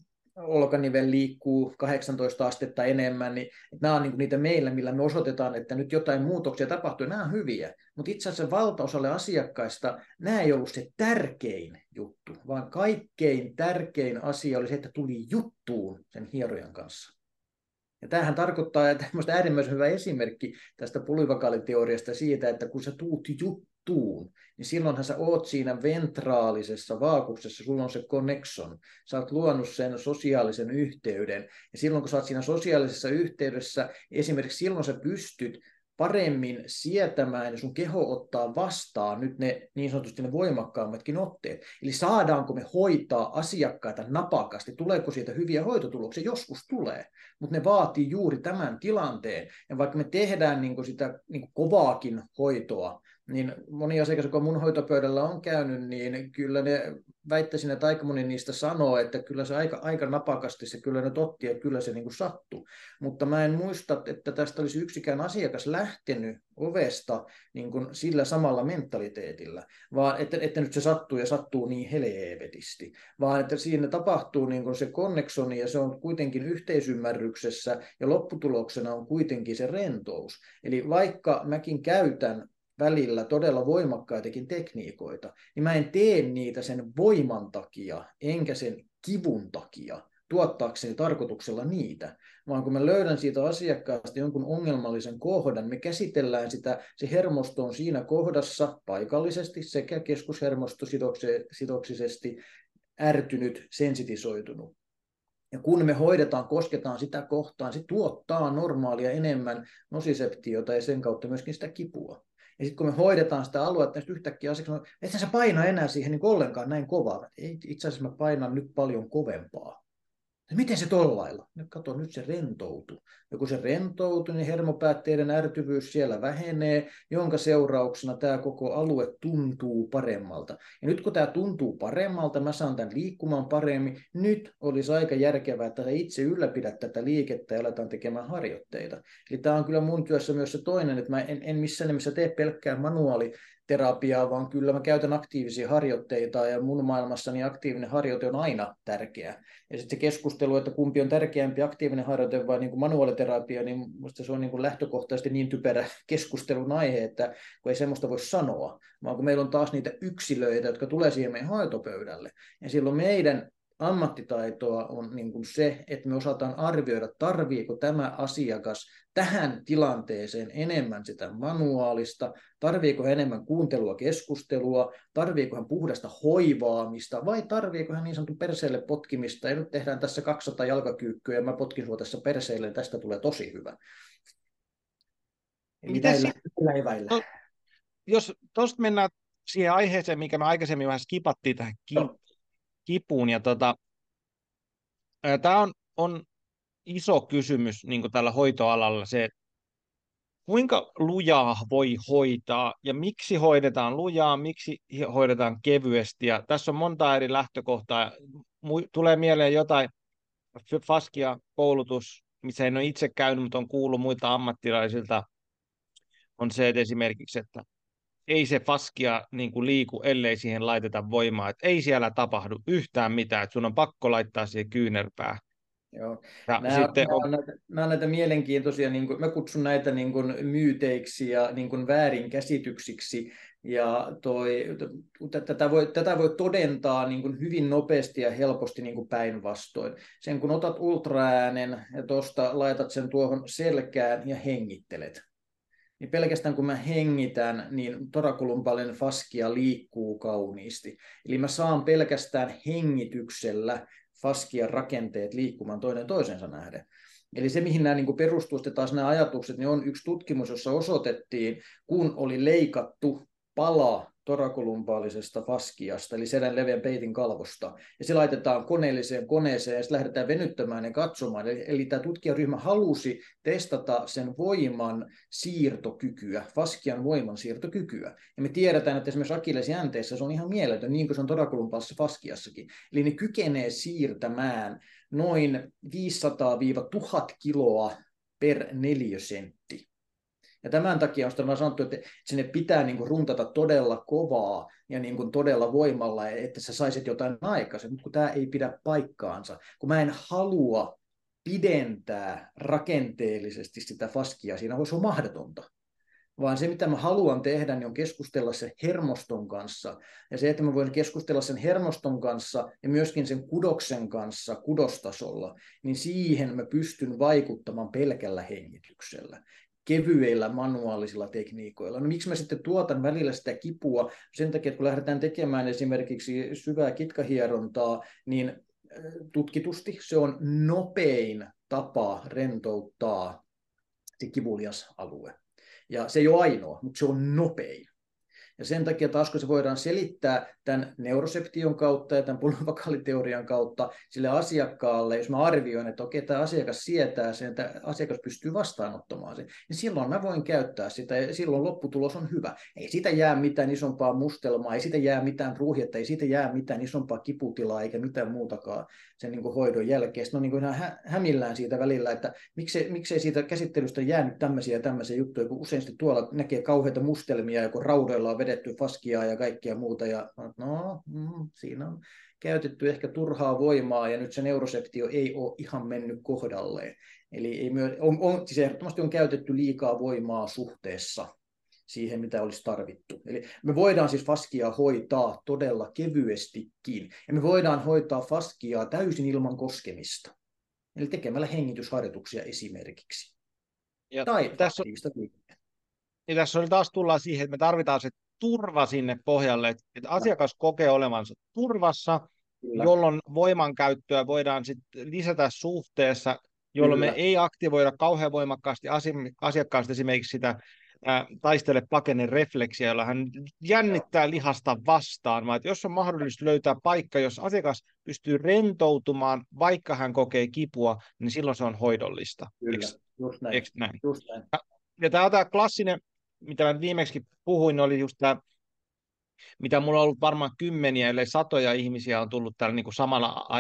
olkanivel liikkuu 18 astetta enemmän, niin nämä on niin kuin niitä meillä, millä me osoitetaan, että nyt jotain muutoksia tapahtuu, ja nämä on hyviä. Mutta itse asiassa valtaosalle asiakkaista nämä ei ollut se tärkein juttu, vaan kaikkein tärkein asia oli se, että tuli juttuun sen hierojan kanssa. Ja tämähän tarkoittaa, että tämmöistä äärimmäisen hyvä esimerkki tästä polyvakaaliteoriasta siitä, että kun sä tuut juttuun, niin silloinhan sä oot siinä ventraalisessa vaakuksessa, sulla on se connection, sä oot luonut sen sosiaalisen yhteyden, ja silloin kun sä oot siinä sosiaalisessa yhteydessä, esimerkiksi silloin sä pystyt paremmin sietämään ja sun keho ottaa vastaan nyt ne niin sanotusti ne voimakkaammatkin otteet. Eli saadaanko me hoitaa asiakkaita napakasti, tuleeko siitä hyviä hoitotuloksia? Joskus tulee, mutta ne vaatii juuri tämän tilanteen. Ja vaikka me tehdään niin kuin sitä niin kuin kovaakin hoitoa, niin moni asiakas, joka mun hoitopöydällä on käynyt, niin kyllä ne väittäisin, että aika moni niistä sanoo, että kyllä se aika napakasti se kyllä ne otti, että kyllä se niin kuin sattuu. Mutta mä en muista, että tästä olisi yksikään asiakas lähtenyt ovesta niin kuin sillä samalla mentaliteetillä, vaan että nyt se sattuu ja sattuu niin helvetisti, vaan että siinä tapahtuu niin kuin se konneksoni ja se on kuitenkin yhteisymmärryksessä ja lopputuloksena on kuitenkin se rentous. Eli vaikka mäkin käytän välillä todella voimakkaitakin tekniikoita, niin mä en tee niitä sen voiman takia, enkä sen kivun takia, tuottaakseni tarkoituksella niitä, vaan kun mä löydän siitä asiakkaasta jonkun ongelmallisen kohdan, me käsitellään sitä, se hermosto on siinä kohdassa paikallisesti sekä keskushermostosidoksisesti ärtynyt, sensitisoitunut. Ja kun me kosketaan sitä kohtaan, se tuottaa normaalia enemmän nosiseptiota ja sen kautta myöskin sitä kipua. Ja sitten kun me hoidetaan sitä aluetta, niin yhtäkkiä asiakas sanoo, ethän sä paina enää siihen niin ollenkaan näin kovaa. Ei, itse asiassa mä painan nyt paljon kovempaa. Miten se tollailla? Nyt kato, nyt se rentoutuu. Ja kun se rentoutuu, niin hermopäätteiden ärtyvyys siellä vähenee, jonka seurauksena tämä koko alue tuntuu paremmalta. Ja nyt kun tämä tuntuu paremmalta, mä saan tämän liikkumaan paremmin. Nyt olisi aika järkevää, että sä itse ylläpidät tätä liikettä ja aletaan tekemään harjoitteita. Eli tämä on kyllä mun työssä myös se toinen, että mä en missään nimessä tee pelkkää manuaaliterapiaa, vaan kyllä mä käytän aktiivisia harjoitteita ja mun maailmassani aktiivinen harjoite on aina tärkeä. Ja sitten se keskustelu, että kumpi on tärkeämpi, aktiivinen harjoite vai niin kuin manuaaliterapia, niin minusta se on niin kuin lähtökohtaisesti niin typerä keskustelun aihe, että kun ei semmoista voi sanoa, vaan kun meillä on taas niitä yksilöitä, jotka tulee siihen meidän hoitopöydälle, ja silloin meidän ammattitaitoa on niin kuin se, että me osataan arvioida, tarviiko tämä asiakas tähän tilanteeseen enemmän sitä manuaalista, tarviiko hän enemmän kuuntelua, keskustelua, tarviiko hän puhdasta hoivaamista vai tarviiko hän niin sanotun perseelle potkimista ja nyt tehdään tässä 200 jalkakyykkyä ja mä potkin sinua tässä perseelle ja tästä tulee tosi hyvä. Eli näillä eväillä. Jos tuosta mennään siihen aiheeseen, mikä me aikaisemmin vähän skipattiin tähän kipuun, ja tämä on iso kysymys niin tällä hoitoalalla se, kuinka lujaa voi hoitaa ja miksi hoidetaan lujaa, miksi hoidetaan kevyesti. Ja tässä on monta eri lähtökohtaa. Tulee mieleen jotain faskia-koulutus, missä en ole itse käynyt, mutta on kuullut muilta ammattilaisilta, on se, että esimerkiksi, että ei se faskia niin kuin liiku, ellei siihen laiteta voimaa. Että ei siellä tapahdu yhtään mitään, että sun on pakko laittaa siihen kyynärpää. Joo. Ja nämä on näitä mielenkiintoisia, niin kuin, mä kutsun näitä niin kuin myyteiksi ja niin kuin väärinkäsityksiksi. Ja tätä voi todentaa niin kuin hyvin nopeasti ja helposti niin kuin päinvastoin. Sen kun otat ultraäänen ja tuosta laitat sen tuohon selkään ja hengittelet. Niin pelkästään kun mä hengitän, niin torakolumpaalinen faskia liikkuu kauniisti. Eli mä saan pelkästään hengityksellä faskian rakenteet liikkumaan toinen toisensa nähden. Eli se, mihin nämä niin perustuu taas nämä ajatukset, niin on yksi tutkimus, jossa osoitettiin, kun oli leikattu pala torakolumpaalisesta faskiasta, eli selän leveän peitin kalvosta, ja se laitetaan koneelliseen koneeseen, ja sitten lähdetään venyttämään ja katsomaan. Eli tämä tutkijaryhmä halusi testata sen voiman siirtokykyä, faskian voiman siirtokykyä. Ja me tiedetään, että esimerkiksi akillesjänteessä se on ihan mieletön, niin kuin se on torakolumpaalisessa faskiassakin. Eli ne kykenee siirtämään noin 500-1000 kiloa per neliösentti. Ja tämän takia on sitä sanottu, että sinne pitää niin kuin runtata todella kovaa ja niin kuin todella voimalla, että sä saisit jotain aikaisemmin, mutta kun tämä ei pidä paikkaansa, kun mä en halua pidentää rakenteellisesti sitä faskia, siinä se on mahdotonta. Vaan se, mitä mä haluan tehdä, niin on keskustella sen hermoston kanssa. Ja se, että mä voin keskustella sen hermoston kanssa ja myöskin sen kudoksen kanssa kudostasolla, niin siihen mä pystyn vaikuttamaan pelkällä hengityksellä, kevyillä manuaalisilla tekniikoilla. No miksi mä sitten tuotan välillä sitä kipua? Sen takia, että kun lähdetään tekemään esimerkiksi syvää kitkahierontaa, niin tutkitusti se on nopein tapa rentouttaa se kivulias alue. Ja se ei ole ainoa, mutta se on nopein. Ja sen takia taas, kun se voidaan selittää tämän neuroseption kautta ja tämän polyvakaaliteorian kautta sille asiakkaalle, jos mä arvioin, että okei, tämä asiakas sietää sen, että asiakas pystyy vastaanottamaan sen, niin silloin mä voin käyttää sitä ja silloin lopputulos on hyvä. Ei siitä jää mitään isompaa mustelmaa, ei siitä jää mitään ruuhjetta, ei siitä jää mitään isompaa kiputilaa eikä mitään muutakaan sen niin kuin hoidon jälkeen. Sitten on niin kuin ihan hämillään siitä välillä, että miksei siitä käsittelystä jäänyt tämmöisiä juttuja, kun usein sitten tuolla näkee kauheita mustelmia, kun raudoilla on vedetty faskiaa ja kaikkea muuta, ja siinä on käytetty ehkä turhaa voimaa, ja nyt se neuroseptio ei ole ihan mennyt kohdalleen. Eli siis ehdottomasti on käytetty liikaa voimaa suhteessa siihen, mitä olisi tarvittu. Eli me voidaan siis faskiaa hoitaa todella kevyestikin, ja me voidaan hoitaa faskiaa täysin ilman koskemista, eli tekemällä hengitysharjoituksia esimerkiksi. Ja tai aktiivista liikettä. Ja tässä oli taas tullaan siihen, että me tarvitaan se turva sinne pohjalle, että asiakas kokee olevansa turvassa, Kyllä. jolloin voimankäyttöä voidaan sitten lisätä suhteessa, jolloin Kyllä. me ei aktivoida kauhean voimakkaasti asiakkaasta esimerkiksi sitä taistele pakene refleksiä, jolla hän jännittää lihasta vastaan, vaan että jos on mahdollista löytää paikka, jos asiakas pystyy rentoutumaan, vaikka hän kokee kipua, niin silloin se on hoidollista. Kyllä, just näin. Eikö näin? Just näin. Ja tämä klassinen, mitä mä viimeksi puhuin, oli just tämä, mitä mulla on ollut varmaan kymmeniä, ellei satoja ihmisiä on tullut tällä niin kuin samalla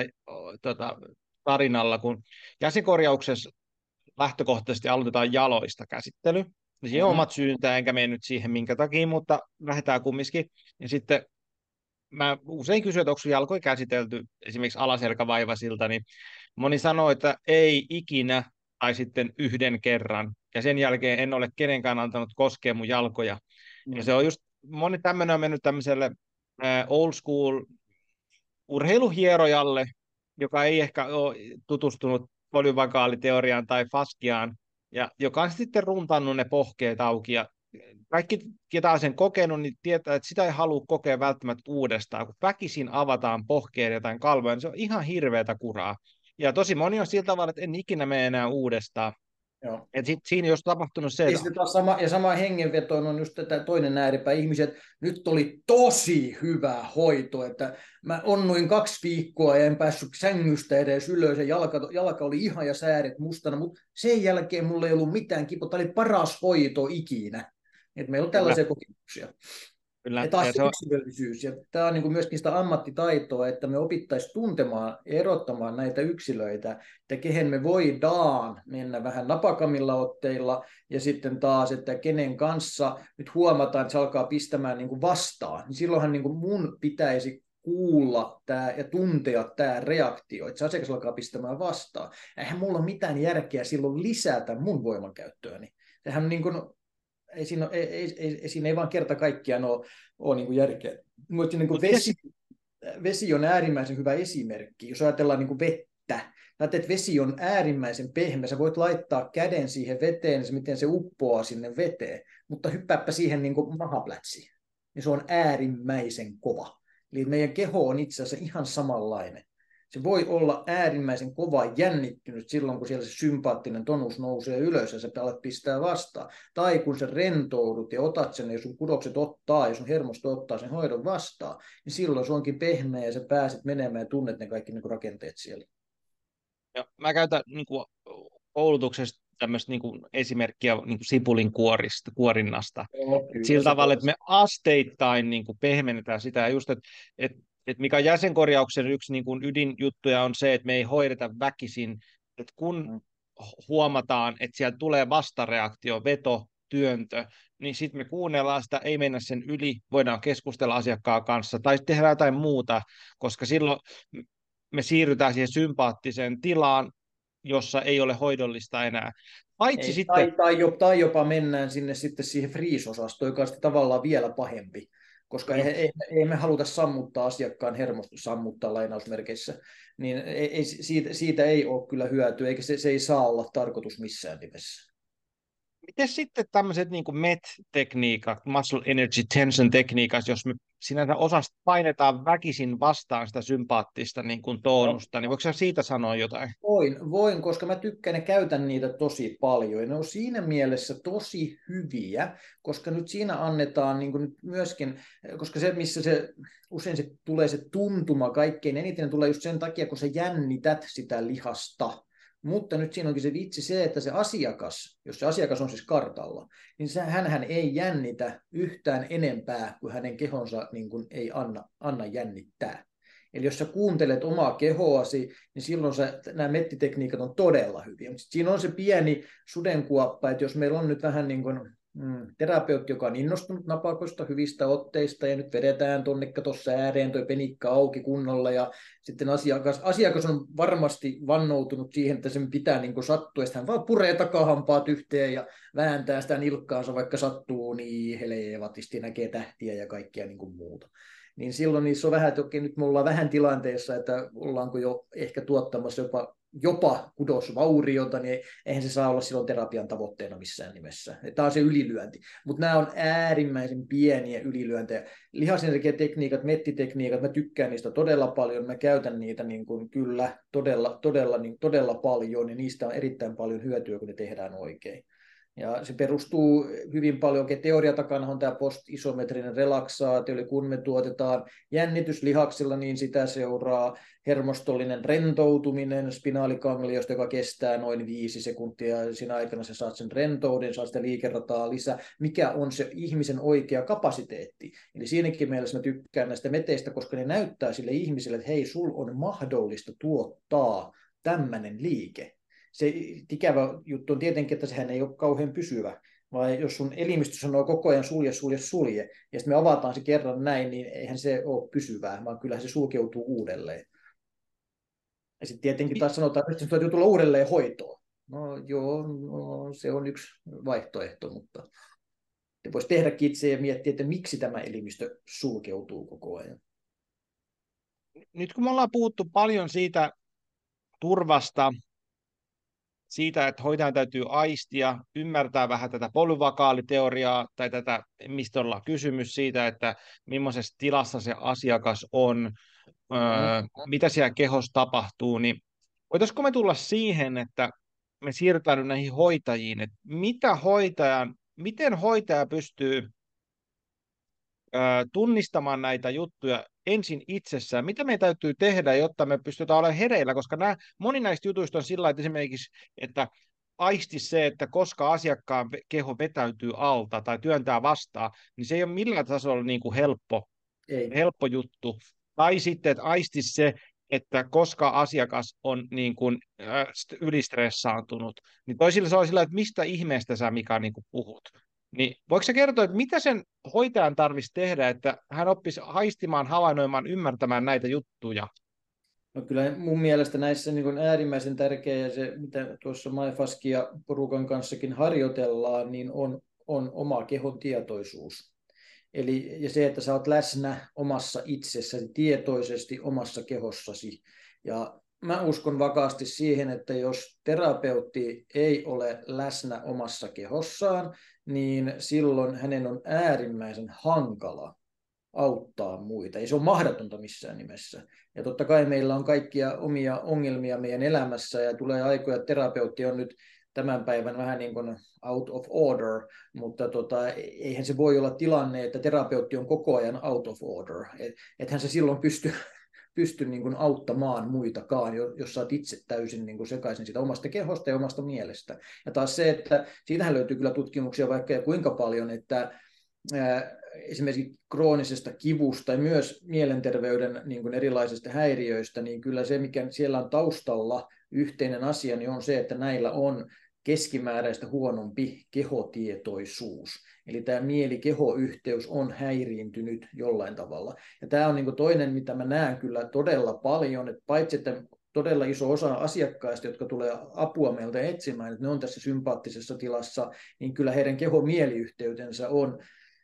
tarinalla, kun jäsenkorjauksessa lähtökohtaisesti aloitetaan jaloista käsittely. Ja siinä on omat syyntää, enkä mene nyt siihen minkä takia, mutta lähdetään kumminkin. Ja sitten mä usein kysyn, että onko sun jalkoja käsitelty esimerkiksi alaselkävaivaisilta, niin moni sanoo, että ei ikinä tai sitten yhden kerran. Ja sen jälkeen en ole kenenkään antanut koskea mun jalkoja. Ja se on just, moni tämmöinen on mennyt tämmöiselle old school urheiluhierojalle, joka ei ehkä ole tutustunut polyvagaaliteoriaan tai faskiaan, ja joka on sitten runtannut ne pohkeet auki. Ja kaikki, ketä on sen kokenut, niin tietää, että sitä ei halua kokea välttämättä uudestaan. Kun väkisin avataan pohkeen jotain kalvoja, niin se on ihan hirveätä kuraa. Ja tosi moni on sillä tavalla, että en ikinä mene enää uudestaan. Joo. Et siinä olisi tapahtunut se, että sama hengenveto on just tätä toinen ääripää ihmisiä, että nyt oli tosi hyvä hoito, että mä onnuin 2 viikkoa ja en päässyt sängystä edes ylös ja jalka oli ihan ja sääret mustana, mutta sen jälkeen mulla ei ollut mitään kipua, tämä oli paras hoito ikinä. Et meillä on tällaisia kokemuksia. Kyllä. Ja taas yksilöllisyys. Ja tämä on niin myöskin sitä ammattitaitoa, että me opittaisiin tuntemaan ja erottamaan näitä yksilöitä, että kehen me voidaan mennä vähän napakamilla otteilla, ja sitten taas, että kenen kanssa nyt huomataan, että se alkaa pistämään niin kuin vastaan. Niin silloinhan niin kuin mun pitäisi kuulla tämä ja tuntea tämä reaktio, että se asiakas alkaa pistämään vastaan. Eihän mulla ole mitään järkeä silloin lisätä mun voimankäyttöäni. Sehän niin kuin siinä ei vaan kerta kaikkiaan ole niin kuin järkeä. Mutta niin kuin vesi on äärimmäisen hyvä esimerkki. Jos ajatellaan niin kuin vettä, että vesi on äärimmäisen pehmeä. Sä voit laittaa käden siihen veteen, miten se uppoaa sinne veteen, mutta hyppääpä siihen niin kuin mahaplätsiin. Niin se on äärimmäisen kova. Eli meidän keho on itse asiassa ihan samanlainen. Se voi olla äärimmäisen kova jännittynyt silloin, kun siellä se sympaattinen tonus nousee ylös ja sä alat pistää vastaan. Tai kun sä rentoudut ja otat sen ja sun kudokset ottaa ja sun hermosto ottaa sen hoidon vastaan, niin silloin se onkin pehmeä ja sä pääset menemään ja tunnet ne kaikki niin kuin rakenteet siellä. Ja mä käytän niin kuin koulutuksesta tämmöistä niin kuin esimerkkiä niin kuin sipulin kuorinnasta. Sillä tavalla, että me asteittain niin kuin pehmennetään sitä. Ja just, että mikä jäsenkorjauksen yksi niin kuin ydinjuttuja on se, että me ei hoideta väkisin, että kun huomataan, että sieltä tulee vastareaktio, veto, työntö, niin sitten me kuunnellaan sitä, ei mennä sen yli, voidaan keskustella asiakkaan kanssa tai tehdä jotain muuta, koska silloin me siirrytään siihen sympaattiseen tilaan, jossa ei ole hoidollista enää. Ei, sitten... tai jopa mennään sinne sitten siihen freeze-osastoon, joka on sitten tavallaan vielä pahempi, koska ei me haluta sammuttaa asiakkaan hermosta, sammuttaa lainausmerkeissä, niin siitä ei ole kyllä hyötyä, eikä se ei saa olla tarkoitus missään nimessä. Miten sitten tämmöiset niin kuin MET-tekniikat, Muscle Energy Tension tekniikat, jos me sinänsä osasta painetaan väkisin vastaan sitä sympaattista niin kuin toonusta, niin voiko sä siitä sanoa jotain? Voin, koska mä tykkään ja käytän niitä tosi paljon. Ja ne on siinä mielessä tosi hyviä, koska nyt siinä annetaan niin kuin nyt myöskin, koska se, missä se usein se tulee se tuntuma kaikkein eniten, tulee just sen takia, kun sä jännität sitä lihasta. Mutta nyt siinä onkin se vitsi se, että se asiakas, jos se asiakas on siis kartalla, niin hänhän ei jännitä yhtään enempää kuin hänen kehonsa niin kuin ei anna jännittää. Eli jos sä kuuntelet omaa kehoasi, niin silloin nämä mettitekniikat on todella hyviä. Mutta siinä on se pieni sudenkuoppa, että jos meillä on nyt vähän niin kuin terapeutti, joka on innostunut napakosta, hyvistä otteista, ja nyt vedetään tonnikka tuossa ääreen toi penikka auki kunnolla, ja sitten asiakas on varmasti vannoutunut siihen, että sen pitää niin kuin sattua, ja hän vaan puree takahampaat yhteen ja vääntää sitä nilkkaansa, vaikka sattuu niin helevatisti, näkee tähtiä ja kaikkea niin kuin muuta. Niin silloin niissä on vähän, että okei, nyt me ollaan vähän tilanteessa, että ollaanko jo ehkä tuottamassa jopa kudosvauriota, niin eihän se saa olla silloin terapian tavoitteena missään nimessä. Tämä on se ylilyönti. Mutta nämä on äärimmäisen pieniä ylilyöntejä. Lihasenergiatekniikat, mettitekniikat, mä tykkään niistä todella paljon. Mä käytän niitä niin kuin kyllä todella paljon, ja niistä on erittäin paljon hyötyä, kun ne tehdään oikein. Ja se perustuu hyvin paljon, teoria takana on tämä postisometrinen relaksaatio, eli kun me tuotetaan jännityslihaksilla, niin sitä seuraa hermostollinen rentoutuminen spinaalikangliosta, joka kestää noin 5 sekuntia, ja siinä aikana sä saat sen rentouden, saat sitä liikerataa lisää, mikä on se ihmisen oikea kapasiteetti. Eli siinäkin mielessä mä tykkään näistä meteistä, koska ne näyttää sille ihmiselle, että hei, sul on mahdollista tuottaa tämmöinen liike. Se ikävä juttu on tietenkin, että sehän ei ole kauhean pysyvä, vai jos sun elimistö sanoo koko ajan sulje, sulje, sulje, ja sitten me avataan se kerran näin, niin eihän se ole pysyvää, vaan kyllähän se sulkeutuu uudelleen. Ja sitten tietenkin taas sanotaan, että se täytyy tulla uudelleen hoitoon. No joo, no, se on yksi vaihtoehto, mutta voisi tehdä itse ja miettiä, että miksi tämä elimistö sulkeutuu koko ajan. Nyt kun me ollaan puhuttu paljon siitä turvasta, siitä, että hoitajan täytyy aistia, ymmärtää vähän tätä polyvakaaliteoriaa tai tätä, mistä ollaan kysymys siitä, että millaisessa tilassa se asiakas on, mitä siellä kehossa tapahtuu, niin voitaisiko me tulla siihen, että me siirrytään nyt näihin hoitajiin, että miten hoitaja pystyy tunnistamaan näitä juttuja ensin itsessään, mitä me täytyy tehdä, jotta me pystytään olemaan hereillä, koska moni näistä jutuista on sillä lailla, että esimerkiksi, että aisti se, että koska asiakkaan keho vetäytyy alta tai työntää vastaan, niin se ei ole millään tasolla niin kuin helppo juttu. Tai sitten, että aisti se, että koska asiakas on niin kuin, ylistressaantunut, niin toisille se on sillä, että mistä ihmeestä sä, Mika, niin kuin puhut. Niin voiko sä kertoa, että mitä sen hoitajan tarvitsisi tehdä, että hän oppisi haistimaan, havainnoimaan, ymmärtämään näitä juttuja? No kyllä mun mielestä näissä niin kuin äärimmäisen tärkeä ja se, mitä tuossa MyFaskin ja porukan kanssakin harjoitellaan, niin on oma kehon tietoisuus. Eli ja se, että sä oot läsnä omassa itsessäsi, tietoisesti omassa kehossasi. Ja mä uskon vakaasti siihen, että jos terapeutti ei ole läsnä omassa kehossaan, niin silloin hänen on äärimmäisen hankala auttaa muita. Ei se ole mahdotonta missään nimessä. Ja totta kai meillä on kaikkia omia ongelmia meidän elämässä ja tulee aikoja, että terapeutti on nyt tämän päivän vähän niin kuin out of order, mutta eihän se voi olla tilanne, että terapeutti on koko ajan out of order. Ethän se silloin pysty niin kuin auttamaan muitakaan, jos sä oot itse täysin niin kuin sekaisin siitä omasta kehosta ja omasta mielestä. Ja taas se, että siitähän löytyy kyllä tutkimuksia vaikka ja kuinka paljon, että esimerkiksi kroonisesta kivusta ja myös mielenterveyden niin kuin erilaisista häiriöistä, niin kyllä se, mikä siellä on taustalla yhteinen asia, niin on se, että näillä on keskimääräistä huonompi kehotietoisuus. Eli tämä mieli-keho-yhteys on häiriintynyt jollain tavalla. Ja tämä on niin kuin toinen, mitä mä näen kyllä todella paljon, että paitsi että todella iso osa asiakkaista, jotka tulee apua meiltä etsimään, että ne on tässä sympaattisessa tilassa, niin kyllä heidän keho-mieliyhteytensä on,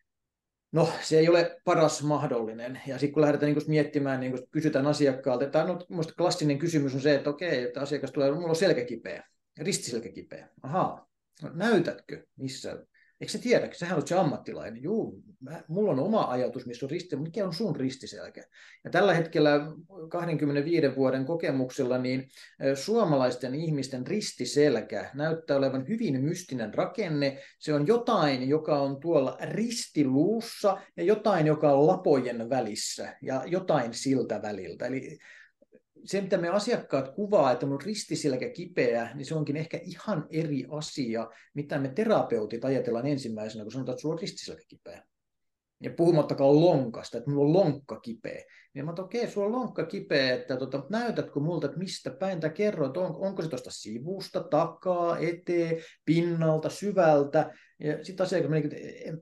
no se ei ole paras mahdollinen. Ja sitten kun lähdetään niin miettimään, niin kun kysytään asiakkaalta, että minusta klassinen kysymys on se, että okei, että asiakas tulee, mulla on selkäkipeä, ristiselkäkipeä. Ahaa, no, näytätkö missä? Eikö se tiedä, sähän olet se ammattilainen. Juu, mulla on oma ajatus, missä on risti, mikä on sun ristiselkä? Ja tällä hetkellä 25 vuoden kokemuksella niin suomalaisten ihmisten ristiselkä näyttää olevan hyvin mystinen rakenne. Se on jotain, joka on tuolla ristiluussa ja jotain, joka on lapojen välissä ja jotain siltä väliltä. Eli se, mitä me asiakkaat kuvaa, että on ristiselkä kipeä, niin se onkin ehkä ihan eri asia, mitä me terapeutit ajatellaan ensimmäisenä, kun sanotaan, että sulla on ristiselkä kipeä. Ja puhumattakaan lonkasta, että mulla on lonkka kipeä. Niin mä oon, okei, sulla on lonkka kipeä, että näytätkö multa, että mistä päin tämä kerro, että onko se tuosta sivusta, takaa, eteen, pinnalta, syvältä. Ja sitten asiakas meni, että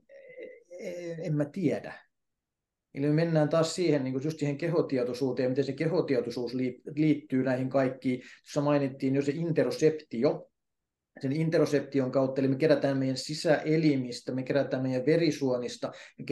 en mä tiedä. Eli me mennään taas siihen, niin just siihen kehotietoisuuteen, miten se kehotietoisuus liittyy näihin kaikkiin. Tuossa mainittiin jo se interoseptio. Sen interoseption kautta, eli me kerätään meidän sisäelimistä, me kerätään meidän verisuonista, me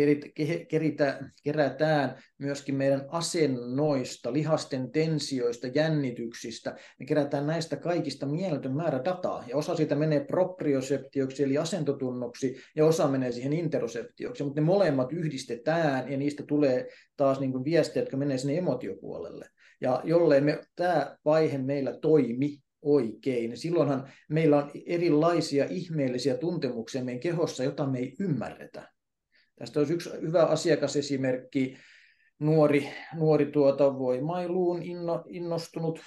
kerätään myöskin meidän asennoista, lihasten tensioista, jännityksistä, me kerätään näistä kaikista mieletön määrä dataa, ja osa siitä menee proprioseptioksi, eli asentotunnoksi, ja osa menee siihen interoseptioksi, mutta ne molemmat yhdistetään, ja niistä tulee taas niin kuin viestejä, jotka menee sinne emotiopuolelle. Ja jollei tämä vaihe meillä toimi, oikein. Silloinhan meillä on erilaisia ihmeellisiä tuntemuksia meidän kehossa, jota me ei ymmärretä. Tästä olisi yksi hyvä asiakasesimerkki. Nuori voimailuun innostunut,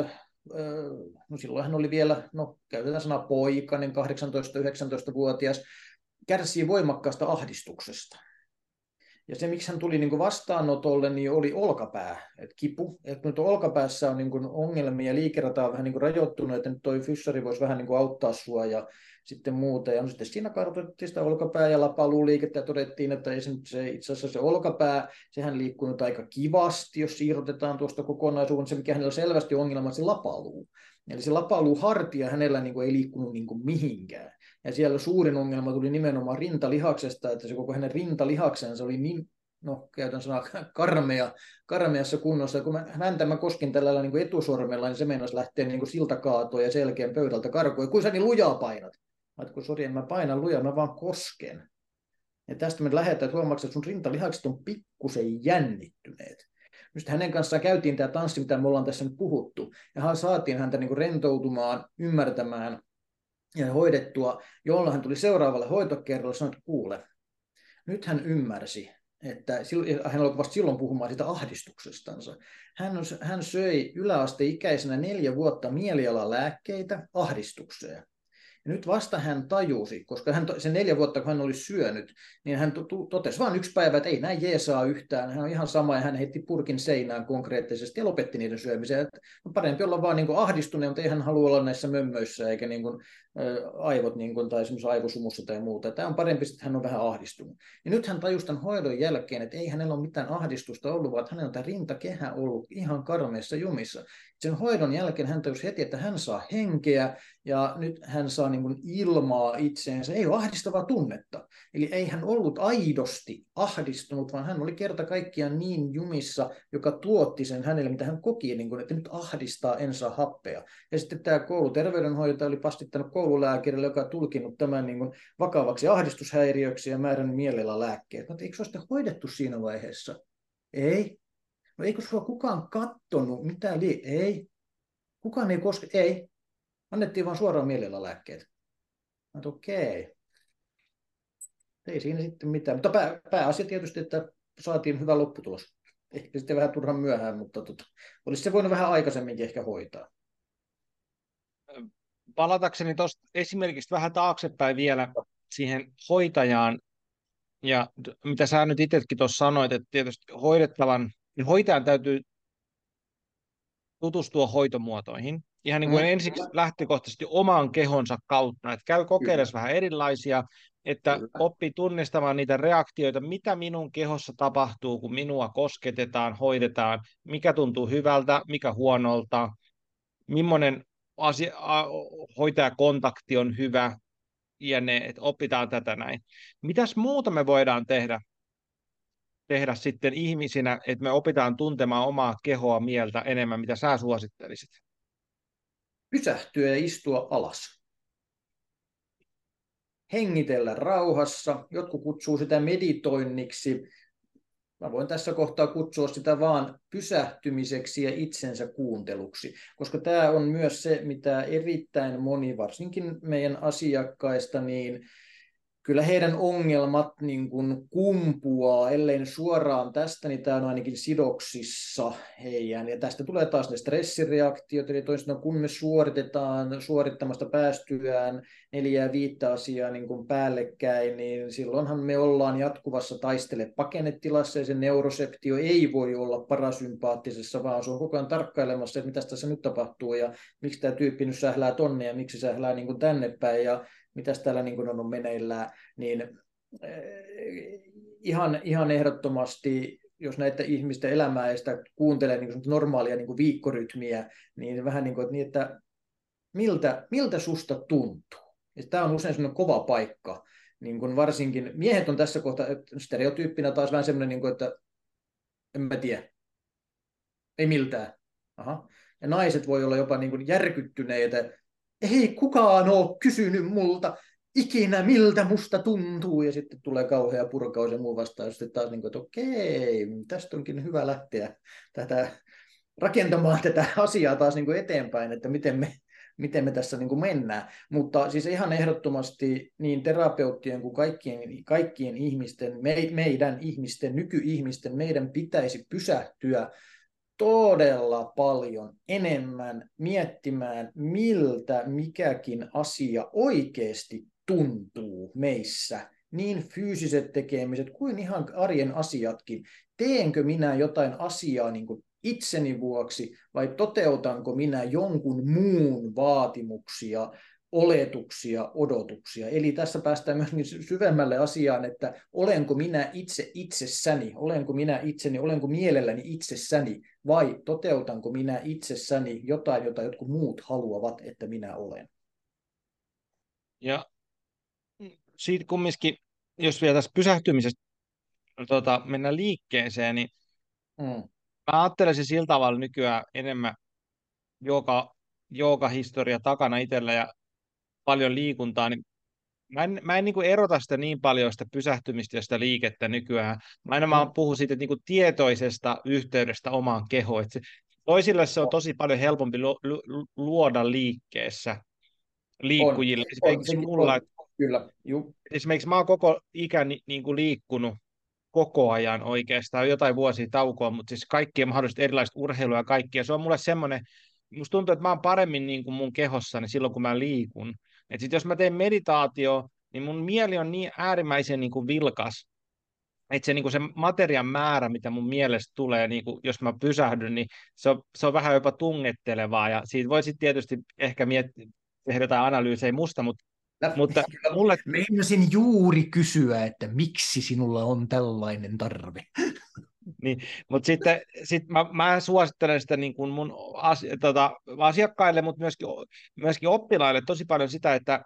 no silloin hän oli vielä, käytetään sanaa poikainen, 18-19-vuotias, kärsii voimakkaasta ahdistuksesta. Ja se, miksi hän tuli niin kuin vastaanotolle, niin oli olkapää, että kipu. Että nyt olkapäässä on niin kuin ongelmia, liikerata on vähän niin kuin rajoittunut, että nyt toi fyssari voisi vähän niin kuin auttaa sua ja sitten muuta. Ja sitten siinä kartoitettiin sitä olkapää- ja lapaluuliikettä ja todettiin, että itse asiassa se olkapää, sehän liikkuu nyt aika kivasti, jos irrotetaan tuosta kokonaisuuden. Se, mikä hänellä selvästi on ongelma, se lapaluu. Eli se lapaluuhartia hänellä niin kuin ei liikkunut niin kuin mihinkään. Ja siellä suurin ongelma tuli nimenomaan rintalihaksesta, että se koko hänen rintalihaksensa oli niin, käytän sanaa karmeassa kunnossa. Kun mä koskin tällä niin kuin etusormella, niin se meinasi lähteä niin kuin siltakaatoon ja selkeän pöydältä karkuun. Kun sä niin lujaa painat? Kun sori, en mä painan lujaa, mä vaan kosken. Ja tästä me lähdetään, että huomaatko, että sun rintalihakset on pikkusen jännittyneet. Just hänen kanssaan käytiin tämä tanssi, mitä me ollaan tässä nyt puhuttu. Ja saatiin häntä niin kuin rentoutumaan, ymmärtämään ja hoidettua, jolloin hän tuli seuraavalle hoitokerralle ja sanoi, että kuule, nyt hän ymmärsi, että hän oli vasta silloin puhumaan siitä ahdistuksestansa. Hän söi yläasteikäisenä 4 vuotta mielialalääkkeitä ahdistukseen. Ja nyt vasta hän tajusi, koska sen 4 vuotta, kun hän oli syönyt, niin hän totesi vain yksi päivä, että ei näin jeesaa yhtään. Hän on ihan sama, ja hän heitti purkin seinään konkreettisesti ja lopetti niiden syömisen. Että on parempi olla vaan niin kuin ahdistunut, mutta ei hän halua olla näissä mömmöissä, eikä niin kuin, aivot niin kuin, tai semmoisessa aivosumussa tai muuta. Tämä on parempi, että hän on vähän ahdistunut. Ja nyt hän tajusi tämän hoidon jälkeen, että ei hänellä ole mitään ahdistusta ollut, vaan hänellä on tämä rintakehä ollut ihan karmeissa jumissa. Sen hoidon jälkeen hän tajusi heti, että hän saa henkeä, ja nyt hän saa niin kuin ilmaa itseensä. Ei ole ahdistavaa tunnetta. Eli ei hän ollut aidosti ahdistunut, vaan hän oli kerta kaikkiaan niin jumissa, joka tuotti sen hänelle, mitä hän koki, niin kuin, että nyt ahdistaa, en saa happea. Ja sitten tämä kouluterveydenhoitaja oli pastittanut koululääkärille, joka tulkinut tämän niin kuin vakavaksi ahdistushäiriöksi ja määrännyt mielellä lääkkeet. Mutta eikö se ole sitten hoidettu siinä vaiheessa? Ei. No eikö sinua kukaan kattonut? Mitä ei. Kukaan ei koske. Ei. Annettiin vaan suoraan mielellä lääkkeet. Okei. Ei siinä sitten mitään. Mutta pääasia tietysti, että saatiin hyvä lopputulos. Ehkä sitten vähän turhan myöhään, mutta olisi se voinut vähän aikaisemminkin ehkä hoitaa. Palatakseni tuosta esimerkiksi vähän taaksepäin vielä siihen hoitajaan, ja mitä sä nyt itsekin tuossa sanoit, että tietysti hoitajan täytyy tutustua hoitomuotoihin, ihan niin kuin ensiksi lähtökohtaisesti oman kehonsa kautta, että käy kokeilemaan vähän erilaisia, että oppii tunnistamaan niitä reaktioita, mitä minun kehossa tapahtuu, kun minua kosketetaan, hoidetaan, mikä tuntuu hyvältä, mikä huonolta, millainen hoitajakontakti on hyvä, ja että opitaan tätä näin. Mitäs muuta me voidaan tehdä sitten ihmisinä, että me opitaan tuntemaan omaa kehoa, mieltä enemmän, mitä sä suosittelisit? Pysähtyä ja istua alas. Hengitellä rauhassa. Jotkut kutsuu sitä meditoinniksi. Mä voin tässä kohtaa kutsua sitä vaan pysähtymiseksi ja itsensä kuunteluksi, koska tämä on myös se, mitä erittäin moni, varsinkin meidän asiakkaista, niin kyllä heidän ongelmat niin kuin kumpuaa, ellei suoraan tästä, niin tämä on ainakin sidoksissa heidän. Ja tästä tulee taas ne stressireaktiot, eli toisaalta kun me suoritetaan suorittamasta päästyään 4-5 asiaa niin kuin päällekkäin, niin silloinhan me ollaan jatkuvassa taistele-pakenetilassa, ja se neuroseptio ei voi olla parasympaattisessa, vaan se on koko ajan tarkkailemassa, että mitä tässä nyt tapahtuu, ja miksi tämä tyyppi nyt sählää tonne, ja miksi sählää niin kuin tänne päin, ja mitäs täällä niin kuin on meneillään, niin ihan ehdottomasti, jos näitä ihmisten elämää ja sitä kuuntelee niin kuin normaalia niin kuin viikkorytmiä, niin vähän niin kuin, että miltä susta tuntuu. Ja tämä on usein sellainen kova paikka, niin kuin varsinkin miehet on tässä kohtaa stereotyyppinä taas vähän sellainen, niin kuin, että en mä tiedä, ei miltään. Aha. Ja naiset voi olla jopa niin kuin järkyttyneitä, ei kukaan ole kysynyt multa ikinä, miltä musta tuntuu, ja sitten tulee kauhea purkaus ja muu vastaan, ja sitten taas niin kuin, että okei, tästä onkin hyvä lähteä rakentamaan tätä asiaa taas niin kuin eteenpäin, että miten me miten me tässä niin kuin mennään. Mutta siis ihan ehdottomasti niin terapeuttien kuin kaikkien ihmisten, meidän ihmisten, nykyihmisten, meidän pitäisi pysähtyä todella paljon enemmän miettimään, miltä mikäkin asia oikeasti tuntuu meissä. Niin fyysiset tekemiset kuin ihan arjen asiatkin. Teenkö minä jotain asiaa niin kuin itseni vuoksi vai toteutanko minä jonkun muun vaatimuksia, oletuksia, odotuksia. Eli tässä päästään myös syvemmälle asiaan, että olenko minä itse itsessäni, olenko minä itseni, olenko mielelläni itsessäni, vai toteutanko minä itsessäni jotain, jota jotkut muut haluavat, että minä olen. Ja siitä kumminkin, jos vielä tässä pysähtymisestä mennään liikkeeseen, niin mä ajattelisin sillä tavalla nykyään enemmän joogahistoria takana itsellä ja paljon liikuntaa, niin mä en niin kuin erota sitä niin paljon sitä pysähtymistä ja sitä liikettä nykyään. Mä aina vaan puhun siitä niin kuin tietoisesta yhteydestä omaan kehoon. Toisille se on tosi paljon helpompi luoda liikkeessä liikkujille. Esimerkiksi mulla, kyllä. esimerkiksi mä oon koko ikäni niin kuin liikkunut koko ajan oikeastaan, jotain vuosia taukoa, mutta siis kaikkia mahdolliset erilaiset urheilua ja kaikkia. Se on mulle semmoinen, musta tuntuu, että mä oon paremmin niin kuin mun kehossani silloin, kun mä liikun. Et sit jos mä teen meditaatio, niin mun mieli on niin äärimmäisen niin kuin vilkas, että se, niin kuin se materian määrä, mitä mun mielestä tulee, niin kuin, jos mä pysähdyn, niin se on vähän jopa tungettelevaa, ja siitä voi sitten tietysti ehkä tehdä jotain analyysejä musta, mutta mulle... Meinasin juuri kysyä, että miksi sinulla on tällainen tarve. Niin, mutta sitten mä suosittelen sitä niin kuin mun asiakkaille, mutta myöskin oppilaille tosi paljon sitä, että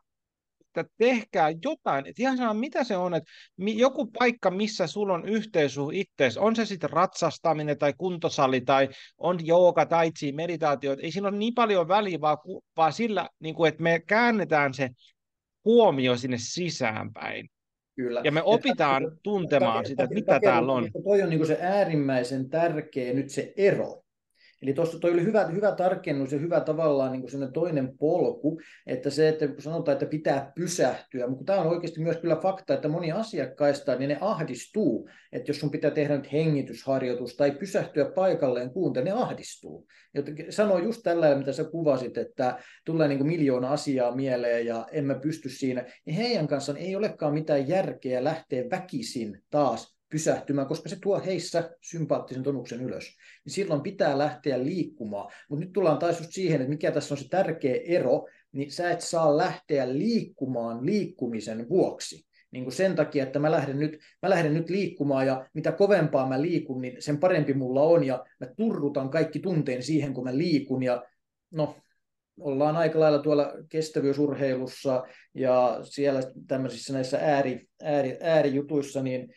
tehkää jotain, että ihan sama mitä se on, että joku paikka, missä sulla on yhteys itseesi, on se sitten ratsastaminen tai kuntosali tai on jooga, tai chi, meditaatio, ei siinä ole niin paljon väliä, vaan sillä, niin kuin, että me käännetään se huomio sinne sisäänpäin. Kyllä. Ja me opitaan tuntemaan sitä, että mitä täällä on. Toi on niin se äärimmäisen tärkeä nyt se ero. Eli tuossa toi oli hyvä tarkennus ja hyvä tavallaan niin sellainen toinen polku, että se, että kun sanotaan, että pitää pysähtyä, mutta tämä on oikeasti myös kyllä fakta, että moni asiakkaista, niin ne ahdistuu, että jos sun pitää tehdä nyt hengitysharjoitus tai pysähtyä paikalleen kuuntelemaan, ne ahdistuu. Joten sanoo just tällä, mitä sä kuvasit, että tulee niin kuin miljoona asiaa mieleen ja en mä pysty siinä, niin heidän kanssaan ei olekaan mitään järkeä lähteä väkisin taas pysähtymään, koska se tuo heissä sympaattisen tonuksen ylös. Niin silloin pitää lähteä liikkumaan. Mutta nyt tullaan taas just siihen, että mikä tässä on se tärkeä ero, niin sä et saa lähteä liikkumaan liikkumisen vuoksi. Niin kuin sen takia, että mä lähden nyt liikkumaan ja mitä kovempaa mä liikun, niin sen parempi mulla on ja mä turrutan kaikki tunteen siihen, kun mä liikun ja no, ollaan aika lailla tuolla kestävyysurheilussa ja siellä tämmöisissä näissä äärijutuissa, niin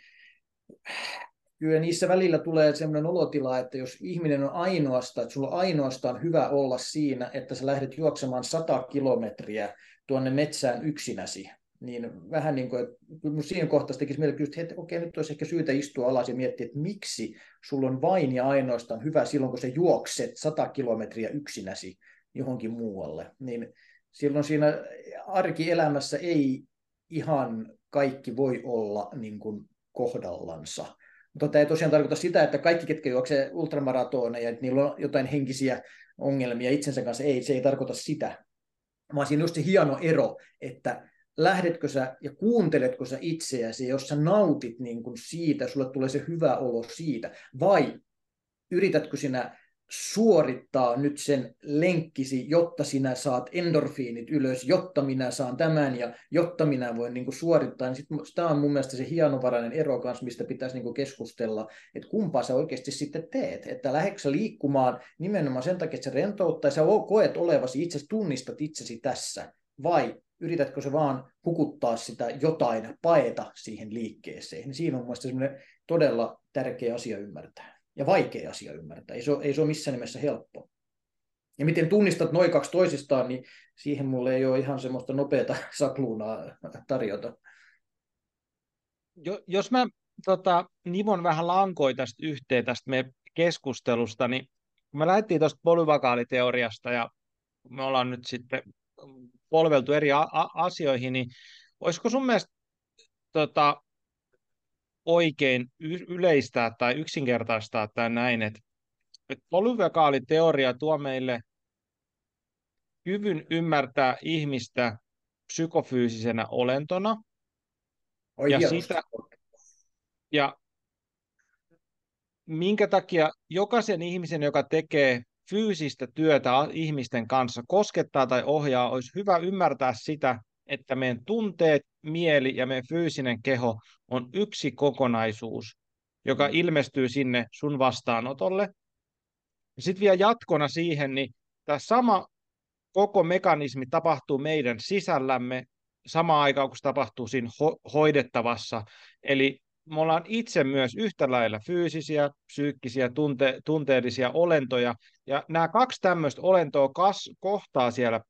kyllä niissä välillä tulee sellainen olotila, että jos ihminen on ainoastaan, että sulla on ainoastaan hyvä olla siinä, että sä lähdet juoksemaan 100 kilometriä tuonne metsään yksinäsi, niin vähän niin kuin, että siinä kohtaa tekisi mieleen kysyä, että okei, nyt olisi ehkä syytä istua alas ja miettiä, että miksi sulla on vain ja ainoastaan hyvä silloin, kun sä juokset 100 kilometriä yksinäsi johonkin muualle, niin silloin siinä arkielämässä ei ihan kaikki voi olla niin kuin kohdallansa. Mutta tämä ei tosiaan tarkoita sitä, että kaikki, ketkä juoksee ultramaratoneja, että niillä on jotain henkisiä ongelmia itsensä kanssa. Ei, se ei tarkoita sitä. Vaan siinä on just se hieno ero, että lähdetkö sä ja kuunteletko sä itseäsi, jos sä nautit niin kuin siitä, sulle tulee se hyvä olo siitä, vai yritätkö sinä suorittaa nyt sen lenkkisi, jotta sinä saat endorfiinit ylös, jotta minä saan tämän ja jotta minä voin niin kuin suorittaa. Niin tämä on mun mielestä se hienovarainen ero kanssa, mistä pitäisi niin kuin keskustella, että kumpaa sä oikeasti sitten teet. Että lähdetkö liikkumaan nimenomaan sen takia, että se rentouttaa ja sä koet olevasi itse, tunnistat itsesi tässä, vai yritätkö se vaan hukuttaa sitä jotain, paeta siihen liikkeeseen. Niin siinä on mun mielestä semmoinen todella tärkeä asia ymmärtää. Ja vaikea asia ymmärtää. Ei se ole missään nimessä helppo. Ja miten tunnistat noin kaksi toisistaan, niin siihen mulle ei ole ihan semmoista nopeata sapluunaa tarjota. Jos mä nivon vähän lankoja tästä yhteen tästä meidän keskustelusta, niin kun me lähdettiin tuosta polyvagaaliteoriasta ja me ollaan nyt sitten polveltu eri asioihin, niin olisiko sun mielestä tota, oikein yleistää tai yksinkertaistaa tämä näin, että polyvegaaliteoria tuo meille kyvyn ymmärtää ihmistä psykofyysisenä olentona, Oi ja hienosti. sitä, ja minkä takia jokaisen ihmisen, joka tekee fyysistä työtä ihmisten kanssa, koskettaa tai ohjaa, olisi hyvä ymmärtää sitä, että meidän tunteet, mieli ja meidän fyysinen keho on yksi kokonaisuus, joka ilmestyy sinne sun vastaanotolle. Sitten vielä jatkona siihen, niin tämä sama koko mekanismi tapahtuu meidän sisällämme samaan aikaan, kun se tapahtuu siinä hoidettavassa. Eli me ollaan itse myös yhtä lailla fyysisiä, psyykkisiä, tunteellisia olentoja, ja nämä kaksi tämmöistä olentoa kohtaa siellä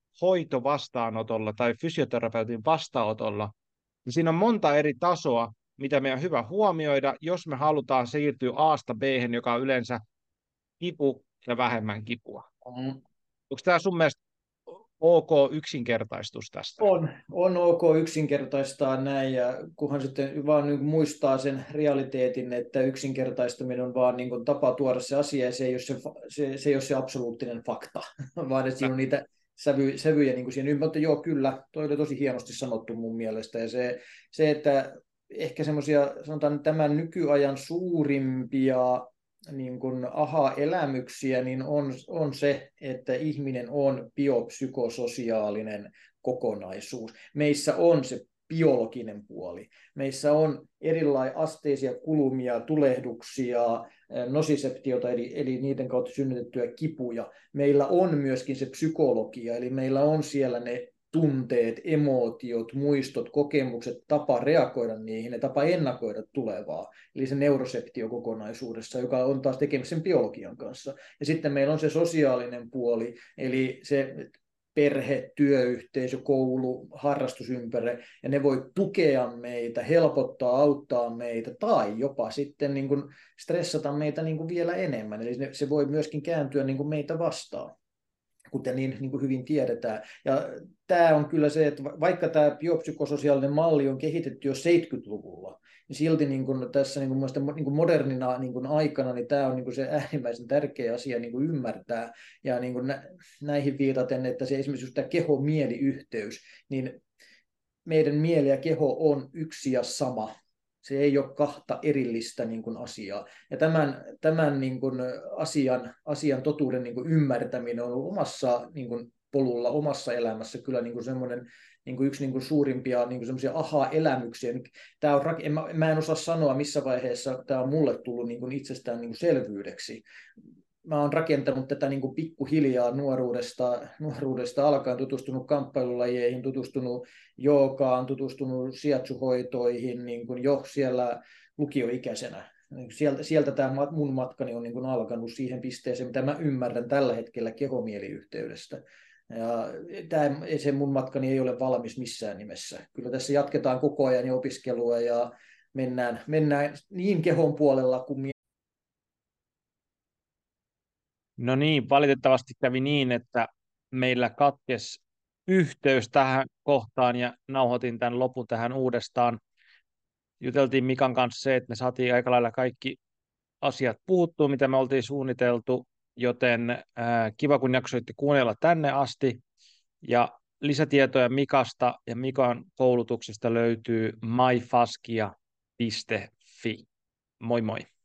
hoitovastaanotolla tai fysioterapeutin vastaanotolla. Ja siinä on monta eri tasoa, mitä meidän on hyvä huomioida, jos me halutaan siirtyä A:sta B:hen, joka on yleensä kipu ja vähemmän kipua. Onko tämä sun mielestä ok yksinkertaistus tästä? On ok yksinkertaistaa näin, ja kunhan sitten vaan niin kuin muistaa sen realiteetin, että yksinkertaistaminen on vaan niin kuin tapa tuoda se asia, ja se ei ole se absoluuttinen fakta, vaan että siinä on niitä sävyjä niin kuin siinä ympärillä. Mutta joo, kyllä, toi oli tosi hienosti sanottu mun mielestä, ja se että ehkä semmoisia, sanotaan tämän nykyajan suurimpia niin kuin aha-elämyksiä, niin on se, että ihminen on biopsykososiaalinen kokonaisuus. Meissä on se biologinen puoli. Meissä on erilaisia asteisia kulumia, tulehduksia, nosiseptiota, eli niiden kautta synnytettyjä kipuja. Meillä on myöskin se psykologia, eli meillä on siellä ne tunteet, emootiot, muistot, kokemukset, tapa reagoida niihin ja tapa ennakoida tulevaa. Eli se neuroseptio kokonaisuudessa, joka on taas tekemisen sen biologian kanssa. Ja sitten meillä on se sosiaalinen puoli, eli se perhe, työyhteisö, koulu, harrastusympärä, ja ne voi tukea meitä, helpottaa, auttaa meitä, tai jopa sitten niin kuin stressata meitä niin kuin vielä enemmän. Eli se voi myöskin kääntyä niin kuin meitä vastaan, kuten niin kuin hyvin tiedetään. Ja tämä on kyllä se, että vaikka tämä biopsykososiaalinen malli on kehitetty jo 70-luvulla, niin silti niin kuin tässä niin kuin modernina niin kuin aikana niin tämä on niin kuin se äärimmäisen tärkeä asia niin kuin ymmärtää. Ja niin kuin näihin viitaten, että se esimerkiksi just tämä keho-mieli-yhteys, niin meidän mieli ja keho on yksi ja sama. Se ei ole kahta erillistä niin kuin asiaa. Ja tämän niin kuin asian totuuden niin kuin ymmärtäminen on ollut omassa niin kuin polulla, omassa elämässä kyllä niin kuin semmoinen niin kuin yksi niin kuin suurimpia niin kuin semmoisia aha-elämyksiä. Tämä on, mä en osaa sanoa, missä vaiheessa tämä on mulle tullut niin kuin itsestään niin kuin selvyydeksi. Mä oon rakentanut tätä niin kuin pikkuhiljaa nuoruudesta alkaen, tutustunut kamppailulajeihin, tutustunut joogaan, tutustunut shiatsu-hoitoihin niin kuin jo siellä lukioikäisenä. Sieltä tämä mun matkani on niin kuin alkanut siihen pisteeseen, mitä mä ymmärrän tällä hetkellä kehomieliyhteydestä. Ja se mun matkani ei ole valmis missään nimessä. Kyllä tässä jatketaan koko ajan ja opiskelua ja mennään niin kehon puolella kuin. No niin, valitettavasti kävi niin, että meillä katkesi yhteys tähän kohtaan ja nauhoitin tämän lopun tähän uudestaan. Juteltiin Mikan kanssa se, että me saatiin aika lailla kaikki asiat puhuttua, mitä me oltiin suunniteltu, joten kiva, kun jaksoitte kuunnella tänne asti. Ja lisätietoja Mikasta ja Mikan koulutuksesta löytyy myfaskia.fi. Moi moi!